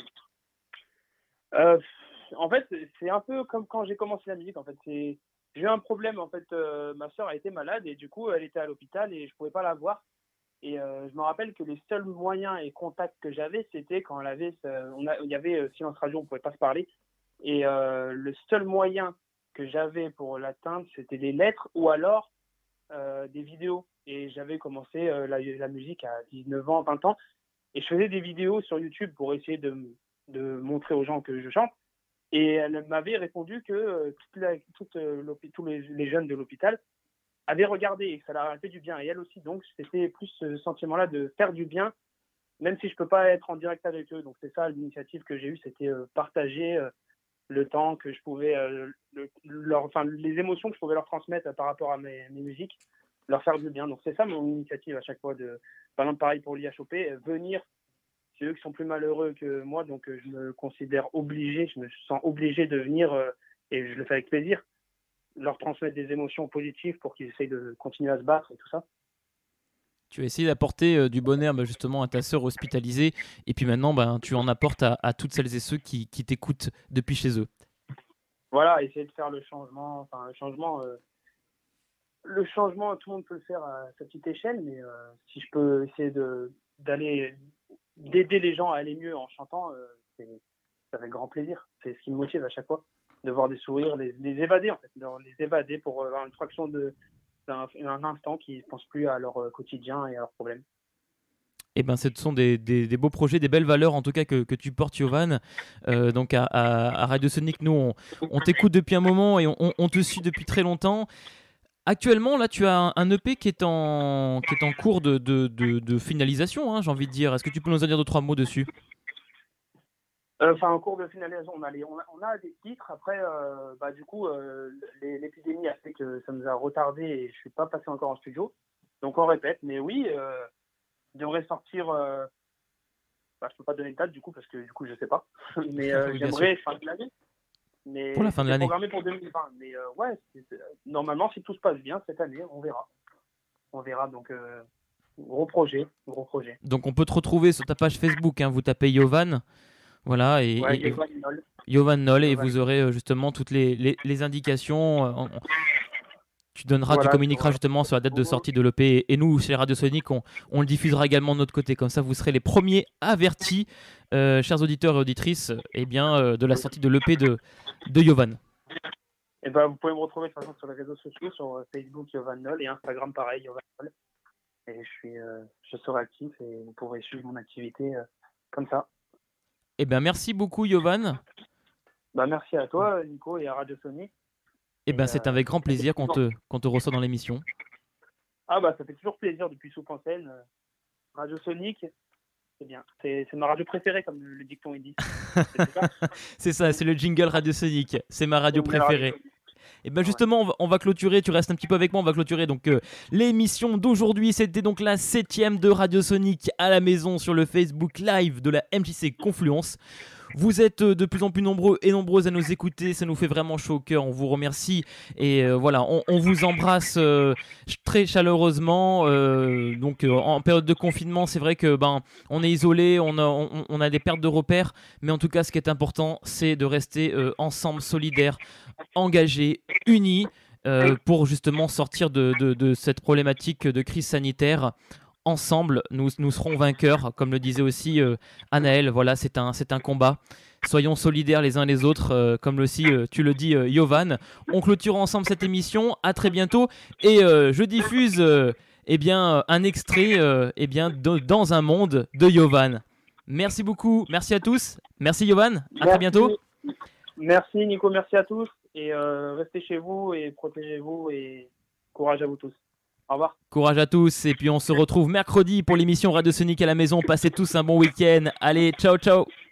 Euh, en fait, c'est un peu comme quand j'ai commencé la musique. En fait, c'est j'ai eu un problème. En fait, euh, ma soeur a été malade et du coup, elle était à l'hôpital et je pouvais pas la voir. Et euh, je me rappelle que les seuls moyens et contacts que j'avais, c'était quand elle avait, on a, il y avait euh, silence radio, on pouvait pas se parler. Et euh, le seul moyen que j'avais pour l'atteindre, c'était des lettres ou alors euh, des vidéos. Et j'avais commencé euh, la, la musique à dix-neuf ans, vingt ans, et je faisais des vidéos sur YouTube pour essayer de, de montrer aux gens que je chante. Et elle m'avait répondu que euh, toute la, toute, euh, tous les, les jeunes de l'hôpital avaient regardé et que ça leur avait fait du bien. Et elle aussi, donc c'était plus ce sentiment-là de faire du bien, même si je peux pas être en direct avec eux. Donc c'est ça l'initiative que j'ai eue, c'était euh, partager euh, le temps que je pouvais, euh, le, leur, enfin les émotions que je pouvais leur transmettre par rapport à mes, mes musiques, leur faire du bien. Donc c'est ça mon initiative à chaque fois. De, par exemple, pareil pour l'I H O P, venir. C'est eux qui sont plus malheureux que moi, donc euh, je me considère obligé, je me sens obligé de venir, euh, et je le fais avec plaisir, leur transmettre des émotions positives pour qu'ils essayent de continuer à se battre et tout ça. Tu as essayé d'apporter euh, du bonheur bah, justement à ta sœur hospitalisée, et puis maintenant bah, tu en apportes à, à toutes celles et ceux qui, qui t'écoutent depuis chez eux. Voilà, essayer de faire le changement, enfin le changement, euh, le changement, tout le monde peut le faire à sa petite échelle, mais euh, si je peux essayer de, d'aller... d'aider les gens à aller mieux en chantant, euh, c'est, ça fait grand plaisir. C'est ce qui me motive à chaque fois, de voir des sourires, les, les évader en fait, de les évader pour avoir une fraction de, d'un, un instant qu'ils ne pensent plus à leur quotidien et à leurs problèmes. Eh ben, ce sont des, des, des beaux projets, des belles valeurs en tout cas que, que tu portes, Yovan. Euh, donc à, à, à Radio Sonic, nous on, on t'écoute depuis un moment et on, on te suit depuis très longtemps. Actuellement, là, tu as un, un E P qui est en, qui est en cours de, de, de, de finalisation, hein, j'ai envie de dire. Est-ce que tu peux nous en dire deux, trois mots dessus ? Enfin, euh, en cours de finalisation, on a, les, on a, on a des titres. Après, euh, bah, du coup, euh, les, l'épidémie a fait que ça nous a retardé et je ne suis pas passé encore en studio. Donc, on répète. Mais oui, euh, il devrait sortir... Euh, bah, je ne peux pas donner de date, du coup, parce que du coup, je ne sais pas. Mais euh, oui, j'aimerais fin de l'année. Mais pour la fin de l'année. Programmé pour deux mille vingt. Mais euh, ouais, c'est, c'est, normalement, si tout se passe bien cette année, on verra. On verra. Donc, euh, gros projet, gros projet. Donc, on peut te retrouver sur ta page Facebook. Hein, vous tapez Yovan. Voilà. Et, ouais, et, Yovan Noll. Yovan Noll. Et vous aurez euh, justement toutes les, les, les indications. Euh, on, tu donneras, voilà, tu communiqueras voilà. justement sur la date de sortie de l'E P. Et nous, chez Radio Sonic, on, on le diffusera également de notre côté. Comme ça, vous serez les premiers avertis, euh, chers auditeurs et auditrices, eh bien, euh, de la sortie de l'E P de, de Yovan. Et ben, vous pouvez me retrouver de toute façon sur les réseaux sociaux, sur Facebook Yovan Noll et Instagram pareil, Yovan Noll. Et je, suis, euh, je serai actif et vous pourrez suivre mon activité euh, comme ça. Eh bien, merci beaucoup, Yovan. Bah, merci à toi, Nico, et à Radio Sonic. Eh bien, c'est euh, avec grand plaisir qu'on te, qu'on te reçoit dans l'émission. Ah bah, ça fait toujours plaisir depuis Soupe en scène. Radio Sonic, c'est bien. C'est, c'est ma radio préférée, comme le, le dicton il dit. C'est ça, c'est ça, c'est le jingle Radio Sonic. C'est ma radio c'est préférée. Radio Et bien justement, on va, on va clôturer, tu restes un petit peu avec moi, on va clôturer donc euh, l'émission d'aujourd'hui. C'était donc la septième de Radio Sonic à la maison sur le Facebook Live de la M J C Confluence. Vous êtes de plus en plus nombreux et nombreuses à nous écouter, ça nous fait vraiment chaud au cœur, on vous remercie et euh, voilà, on, on vous embrasse euh, très chaleureusement. Euh, donc euh, en période de confinement, c'est vrai que ben on est isolé, on a, on, on a des pertes de repères, mais en tout cas, ce qui est important, c'est de rester euh, ensemble, solidaires, engagés, unis euh, pour justement sortir de, de, de cette problématique de crise sanitaire. Ensemble, nous, nous serons vainqueurs, comme le disait aussi euh, Anaël. Voilà, c'est un, c'est un combat. Soyons solidaires les uns les autres, euh, comme aussi euh, tu le dis, euh, Yovan. On clôture ensemble cette émission. À très bientôt. Et euh, je diffuse euh, eh bien, un extrait euh, eh bien, de, dans un monde de Yovan. Merci beaucoup. Merci à tous. Merci Yovan. À merci. Très bientôt. Merci Nico. Merci à tous. Et euh, restez chez vous et protégez-vous et courage à vous tous. Au revoir. Courage à tous et puis on se retrouve mercredi pour l'émission Radio Sonic à la maison. Passez tous un bon week-end. Allez, ciao ciao.